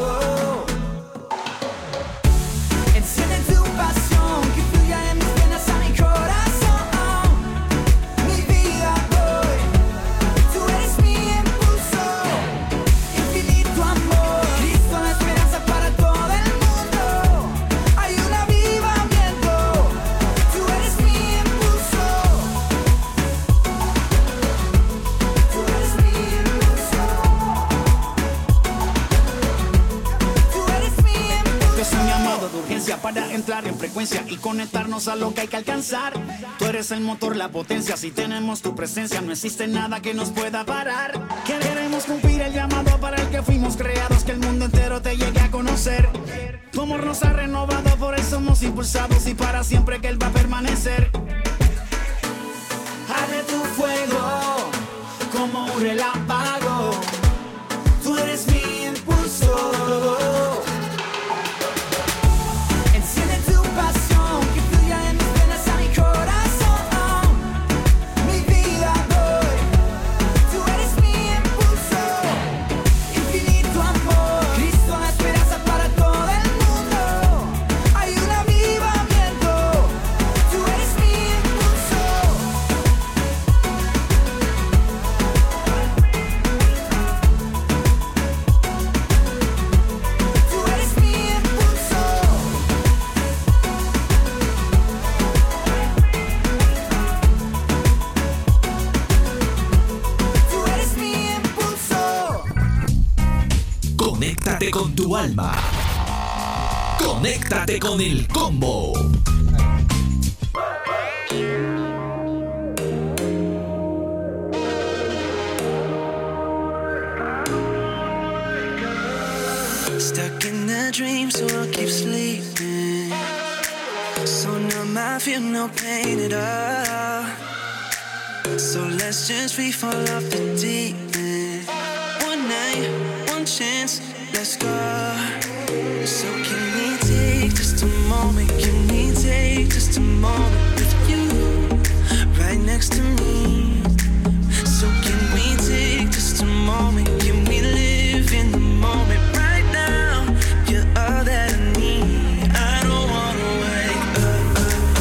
Enciende tu pasión, que fluya en mis venas a mi corazón. Mi vida voy, tú eres mi impulso. Infinito amor, Cristo la esperanza para todo el mundo. Hay un avivamiento, tú eres mi impulso. Tú eres mi impulso. Tú eres mi impulso. Es un llamado de urgencia para entrar en frecuencia y conectarnos a lo que hay que alcanzar. Tú eres el motor, la potencia. Si tenemos tu presencia, no existe nada que nos pueda parar. Queremos cumplir el llamado para el que fuimos creados, que el mundo entero te llegue a conocer. Tu amor nos ha renovado, por eso somos impulsados y para siempre que Él va a permanecer. Arde tu fuego como un relámpago. Tú eres mi impulso. Enciende tu pasión, que fluya en mis venas a mi corazón. Mi vida voy, tú eres mi impulso. Infinito amor, Cristo la esperanza para todo el mundo. Hay un avivamiento, tú eres mi impulso. Tú eres mi impulso. Tú eres mi impulso. Conéctate con tu alma. Conéctate con el combo. Stuck in a dream, so I'll keep sleeping. So numb, I feel no pain at all. So let's just free fall off the deep end. One night, one chance, let's go. So can we take just a moment? Can we take just a moment with you right next to me? So can we take just a moment? Can we live in the moment right now? You're all that I need. I don't wanna wake up.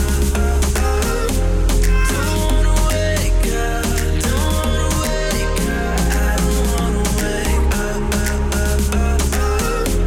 Don't wanna wake up. Don't wanna wake up. I don't wanna wake up.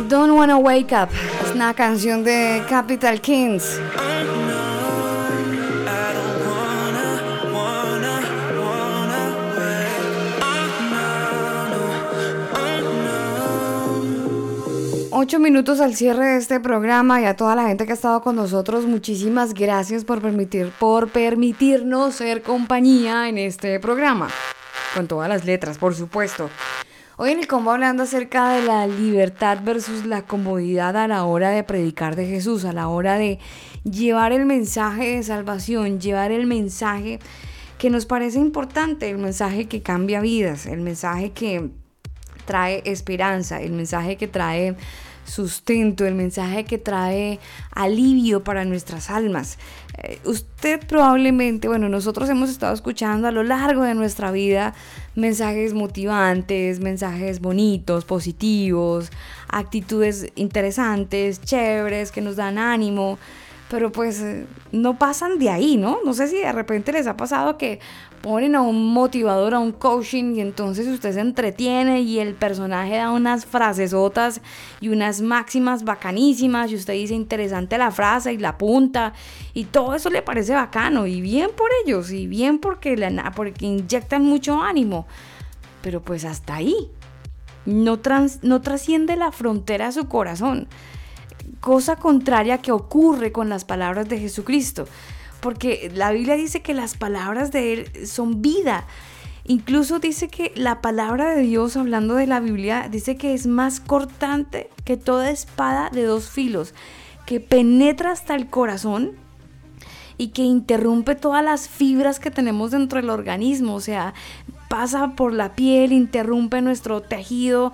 Don't Wanna Wake Up es una canción de Capital Kings. Ocho minutos al cierre de este programa y a toda la gente que ha estado con nosotros, muchísimas gracias por permitir, por permitirnos ser compañía en este programa. Con todas las letras, por supuesto. Hoy en el combo hablando acerca de la libertad versus la comodidad a la hora de predicar de Jesús, a la hora de llevar el mensaje de salvación, llevar el mensaje que nos parece importante, el mensaje que cambia vidas, el mensaje que trae esperanza, el mensaje que trae sustento, el mensaje que trae alivio para nuestras almas. Eh, usted probablemente, bueno, nosotros hemos estado escuchando a lo largo de nuestra vida mensajes motivantes, mensajes bonitos, positivos, actitudes interesantes, chéveres, que nos dan ánimo, pero pues eh, no pasan de ahí, ¿no? No sé si de repente les ha pasado que ponen a un motivador, a un coaching, y entonces usted se entretiene y el personaje da unas frasesotas y unas máximas bacanísimas y usted dice interesante la frase y la apunta y todo eso le parece bacano y bien por ellos y bien porque, la, porque inyectan mucho ánimo, pero pues hasta ahí no, trans, no trasciende la frontera de su corazón, cosa contraria que ocurre con las palabras de Jesucristo. Porque la Biblia dice que las palabras de Él son vida. Incluso dice que la palabra de Dios, hablando de la Biblia, dice que es más cortante que toda espada de dos filos, que penetra hasta el corazón y que interrumpe todas las fibras que tenemos dentro del organismo. O sea, pasa por la piel, interrumpe nuestro tejido,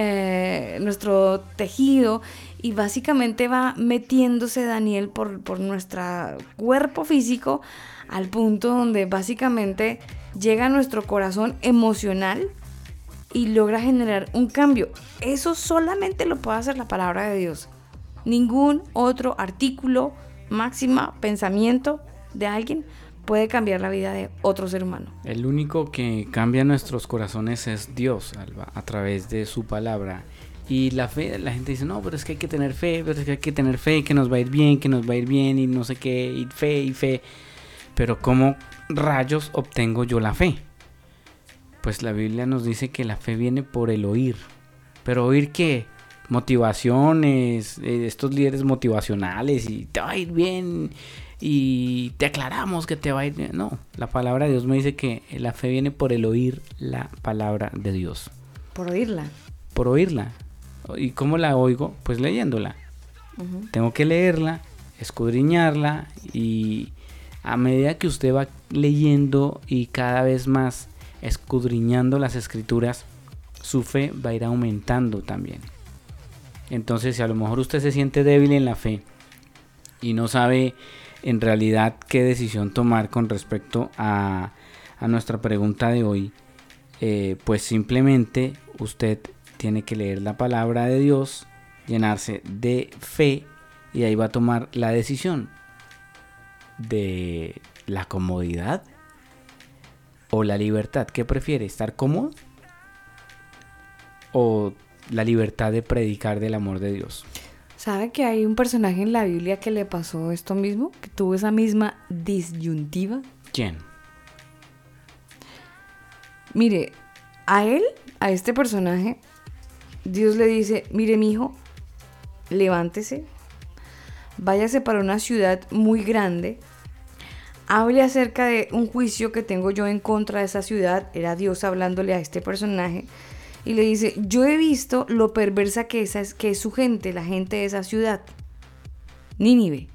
eh, nuestro tejido. Y básicamente va metiéndose, Daniel, por, por nuestro cuerpo físico al punto donde básicamente llega a nuestro corazón emocional y logra generar un cambio. Eso solamente lo puede hacer la palabra de Dios. Ningún otro artículo, máxima, pensamiento de alguien puede cambiar la vida de otro ser humano. El único que cambia nuestros corazones es Dios, Alba, a través de su palabra. Y la fe, la gente dice, no, pero es que hay que tener fe, pero es que hay que tener fe, que nos va a ir bien, que nos va a ir bien, y no sé qué, y fe, y fe. Pero ¿cómo rayos obtengo yo la fe? Pues la Biblia nos dice que la fe viene por el oír. ¿Pero oír qué? Motivaciones, eh, estos líderes motivacionales, y te va a ir bien, y te aclaramos que te va a ir bien. No, la palabra de Dios me dice que la fe viene por el oír la palabra de Dios. Por oírla. Por oírla. ¿Y cómo la oigo? Pues leyéndola. Uh-huh. Tengo que leerla, escudriñarla, y a medida que usted va leyendo y cada vez más escudriñando las escrituras, su fe va a ir aumentando también. Entonces, si a lo mejor usted se siente débil en la fe y no sabe en realidad qué decisión tomar con respecto a, a nuestra pregunta de hoy, eh, pues simplemente usted tiene que leer la palabra de Dios, llenarse de fe, y ahí va a tomar la decisión de la comodidad o la libertad. ¿Qué prefiere? ¿Estar cómodo o la libertad de predicar del amor de Dios? ¿Sabe que hay un personaje en la Biblia que le pasó esto mismo? Que tuvo esa misma disyuntiva. ¿Quién? Mire, a él, a este personaje, Dios le dice, mire mijo, levántese, váyase para una ciudad muy grande, hable acerca de un juicio que tengo yo en contra de esa ciudad. Era Dios hablándole a este personaje y le dice, yo he visto lo perversa que es, que es su gente, la gente de esa ciudad, Nínive.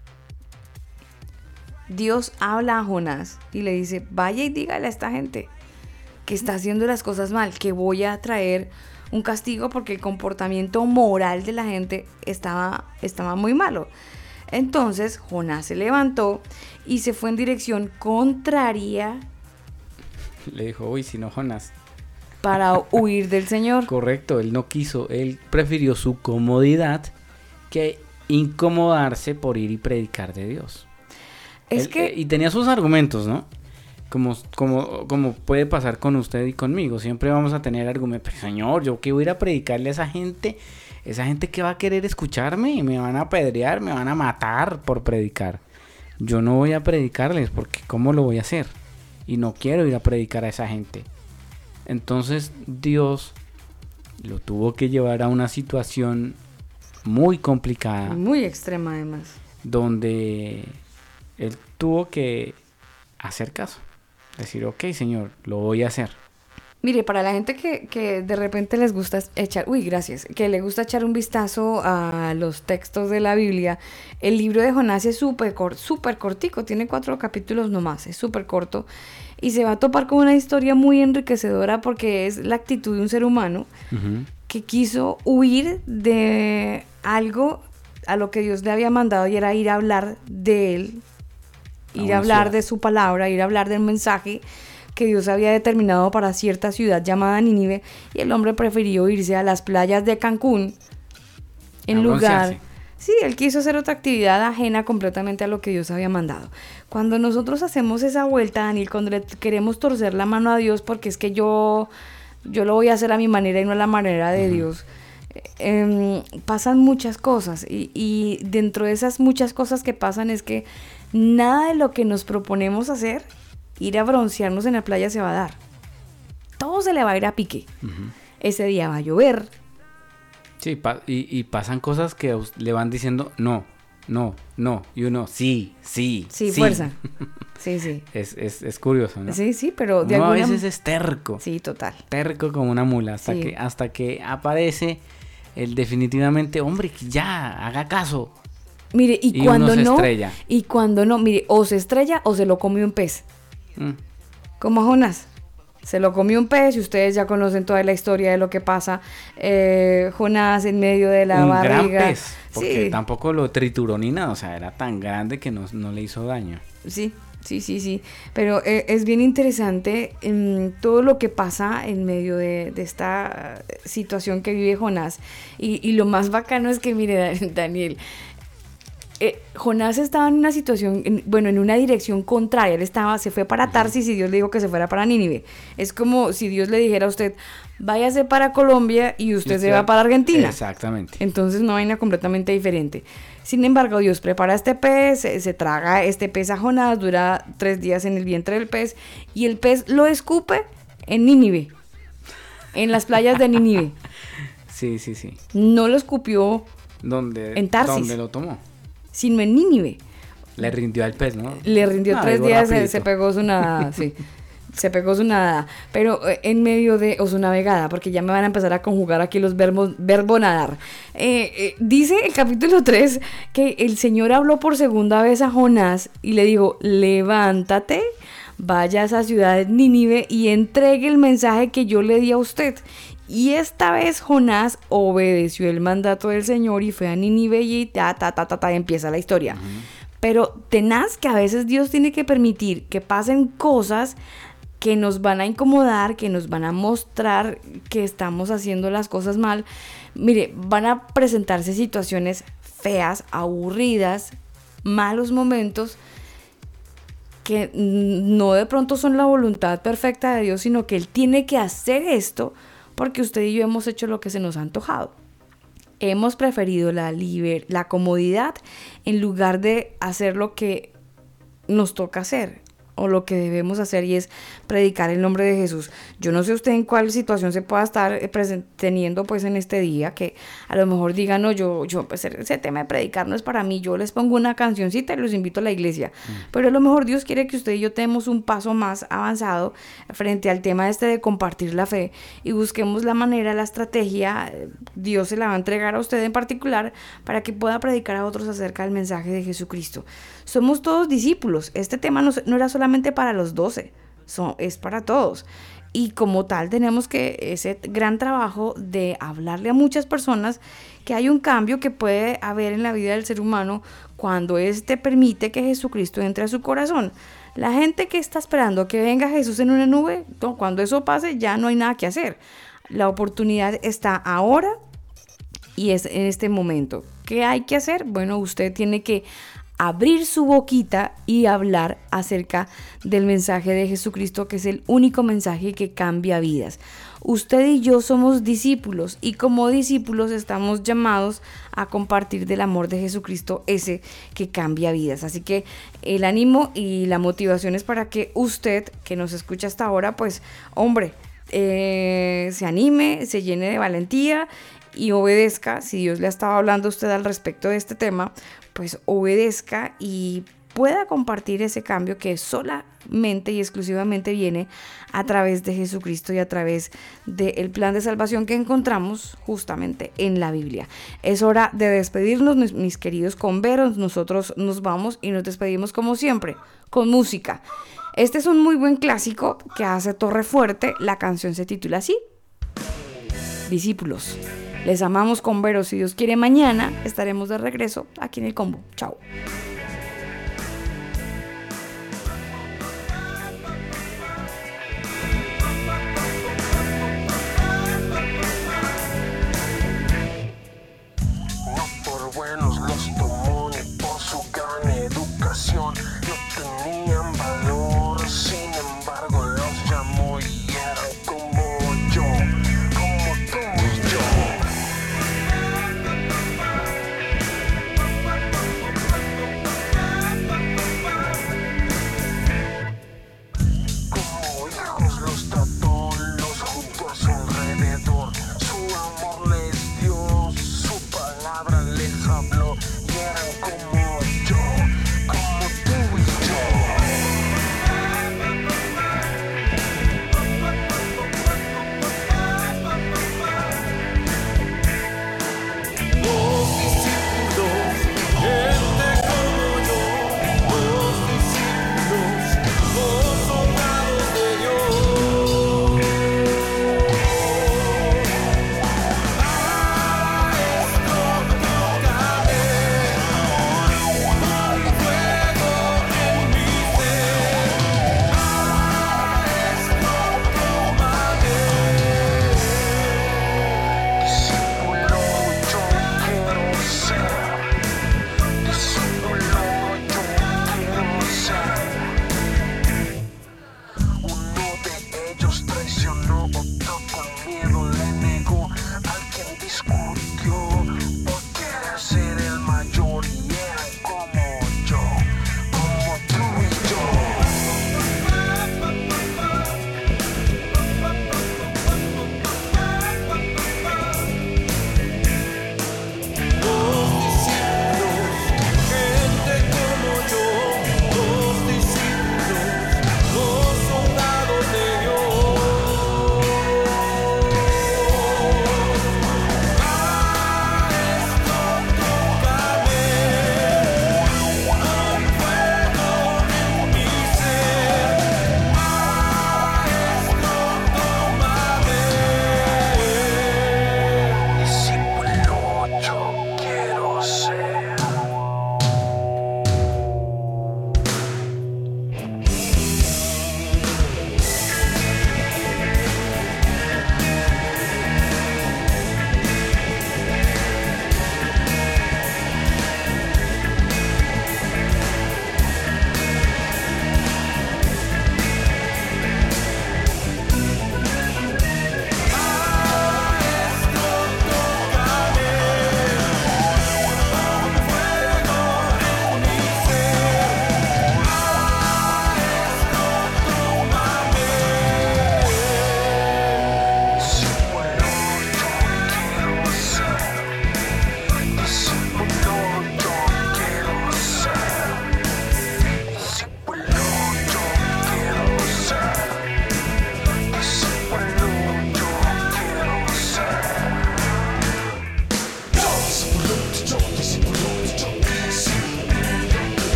Dios habla a Jonás y le dice, vaya y dígale a esta gente que está haciendo las cosas mal, que voy a traer un castigo porque el comportamiento moral de la gente estaba, estaba muy malo. Entonces Jonás se levantó y se fue en dirección contraria. Le dijo, uy, si no, Jonás. Para huir del Señor. Correcto, él no quiso, él prefirió su comodidad que incomodarse por ir y predicar de Dios. Es él, que... eh, y tenía sus argumentos, ¿no? Como, como, como puede pasar con usted y conmigo. Siempre vamos a tener argumentos. Pero, señor, ¿yo qué voy a ir a predicarle a esa gente? Esa gente que va a querer escucharme, me van a apedrear, me van a matar por predicar. Yo no voy a predicarles porque ¿cómo lo voy a hacer? Y no quiero ir a predicar a esa gente. Entonces Dios lo tuvo que llevar a una situación muy complicada. Muy extrema además. Donde él tuvo que hacer caso. Decir, ok, Señor, lo voy a hacer. Mire, para la gente que, que de repente les gusta echar, uy, gracias, que le gusta echar un vistazo a los textos de la Biblia, el libro de Jonás es súper cor, súper cortico, tiene cuatro capítulos nomás, es súper corto, y se va a topar con una historia muy enriquecedora porque es la actitud de un ser humano uh-huh. que quiso huir de algo a lo que Dios le había mandado, y era ir a hablar de él, ir a hablar ciudad. de su palabra, ir a hablar del mensaje que Dios había determinado para cierta ciudad llamada Nínive, y el hombre prefirió irse a las playas de Cancún en lugar... Sí, él quiso hacer otra actividad ajena completamente a lo que Dios había mandado. Cuando nosotros hacemos esa vuelta, Daniel, cuando le queremos torcer la mano a Dios porque es que yo, yo lo voy a hacer a mi manera y no a la manera de uh-huh. Dios, eh, pasan muchas cosas, y, y dentro de esas muchas cosas que pasan es que nada de lo que nos proponemos hacer, ir a broncearnos en la playa, se va a dar. Todo se le va a ir a pique. Uh-huh. Ese día va a llover. Sí, pa- y, y pasan cosas que le van diciendo no, no, no. Y uno, sí, sí, sí. Sí, fuerza. Sí, sí. Es, es, es curioso, ¿no? Sí, sí, pero de uno alguna... a veces es terco. Sí, total. Terco como una mula. Hasta, sí. que, hasta que aparece el definitivamente, hombre, ya, haga caso. Mire, y, y cuando uno se no, estrella. y cuando no, mire, o se estrella o se lo comió un pez. Mm. Como a Jonás. Se lo comió un pez, y ustedes ya conocen toda la historia de lo que pasa. Eh, Jonás en medio de la un barriga. Un gran pez, porque sí. tampoco lo trituró ni nada, o sea, era tan grande que no, no le hizo daño. Sí, sí, sí, sí. Pero eh, es bien interesante eh, todo lo que pasa en medio de, de esta situación que vive Jonás. Y, y lo más bacano es que, mire, Daniel... Eh, Jonás estaba en una situación, en, bueno, en una dirección contraria. Él estaba, se fue para Tarsis y Dios le dijo que se fuera para Nínive. Es como si Dios le dijera a usted, váyase para Colombia y usted, y usted se va para Argentina. Exactamente. Entonces una vaina completamente diferente. Sin embargo, Dios prepara este pez, se, se traga este pez a Jonás, dura tres días en el vientre del pez, y el pez lo escupe en Nínive, en las playas de Nínive. Sí, sí, sí. No lo escupió ¿Dónde, en Tarsis. ¿Dónde lo tomó? Sino en Nínive. Le rindió al pez, ¿no? Le rindió no, tres días, se, se pegó su nadada, sí. Se pegó su nadada. Pero eh, en medio de, o su navegada, porque ya me van a empezar a conjugar aquí los verbos, verbo nadar. Eh, eh, dice el capítulo tres que el Señor habló por segunda vez a Jonás y le dijo, levántate, vaya a esa ciudad de Nínive y entregue el mensaje que yo le di a usted. Y esta vez Jonás obedeció el mandato del Señor y fue a Nínive y ta, ta, ta, ta, ta, empieza la historia. Uh-huh. Pero tenaz que a veces Dios tiene que permitir que pasen cosas que nos van a incomodar, que nos van a mostrar que estamos haciendo las cosas mal. Mire, van a presentarse situaciones feas, aburridas, malos momentos, que no de pronto son la voluntad perfecta de Dios, sino que Él tiene que hacer esto porque usted y yo hemos hecho lo que se nos ha antojado. Hemos preferido la, liber- la comodidad en lugar de hacer lo que nos toca hacer o lo que debemos hacer, y es predicar el nombre de Jesús. Yo no sé usted en cuál situación se pueda estar eh, present- teniendo pues en este día, que a lo mejor digan, no, yo, yo pues ese tema de predicar no es para mí, yo les pongo una cancioncita y los invito a la iglesia. Mm. Pero a lo mejor Dios quiere que usted y yo demos un paso más avanzado frente al tema este de compartir la fe y busquemos la manera, la estrategia, Dios se la va a entregar a usted en particular para que pueda predicar a otros acerca del mensaje de Jesucristo. Somos todos discípulos, este tema no, no era solamente para los doce, son, es para todos. Y como tal tenemos que ese gran trabajo de hablarle a muchas personas que hay un cambio que puede haber en la vida del ser humano cuando éste permite que Jesucristo entre a su corazón. La gente que está esperando que venga Jesús en una nube, no, cuando eso pase ya no hay nada que hacer. La oportunidad está ahora y es en este momento. ¿Qué hay que hacer? Bueno, usted tiene que abrir su boquita y hablar acerca del mensaje de Jesucristo, que es el único mensaje que cambia vidas. Usted y yo somos discípulos y como discípulos estamos llamados a compartir del amor de Jesucristo, ese que cambia vidas. Así que el ánimo y la motivación es para que usted, que nos escucha hasta ahora, pues hombre, eh, se anime, se llene de valentía y obedezca. Si Dios le ha estado hablando a usted al respecto de este tema, pues obedezca y pueda compartir ese cambio que solamente y exclusivamente viene a través de Jesucristo y a través del plan de salvación que encontramos justamente en la Biblia. Es hora de despedirnos, mis queridos converos. Nosotros nos vamos y nos despedimos como siempre, con música. Este es un muy buen clásico que hace Torre Fuerte. La canción se titula así: Discípulos. Les amamos, converos. Si Dios quiere, mañana estaremos de regreso aquí en el Combo. Chao. Buenos los tomó ni por su gran educación, no tenían valor, sin embargo los llamó y eran como yo, como tú y yo.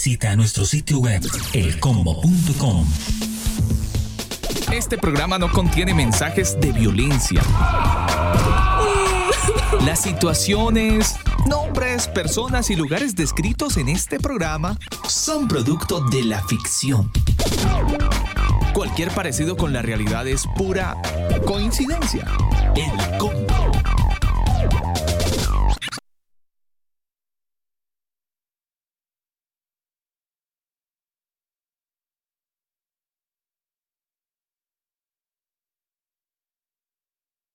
Visita nuestro sitio web el combo punto com. Este programa no contiene mensajes de violencia. Las situaciones, nombres, personas y lugares descritos en este programa son producto de la ficción. Cualquier parecido con la realidad es pura coincidencia. El Combo.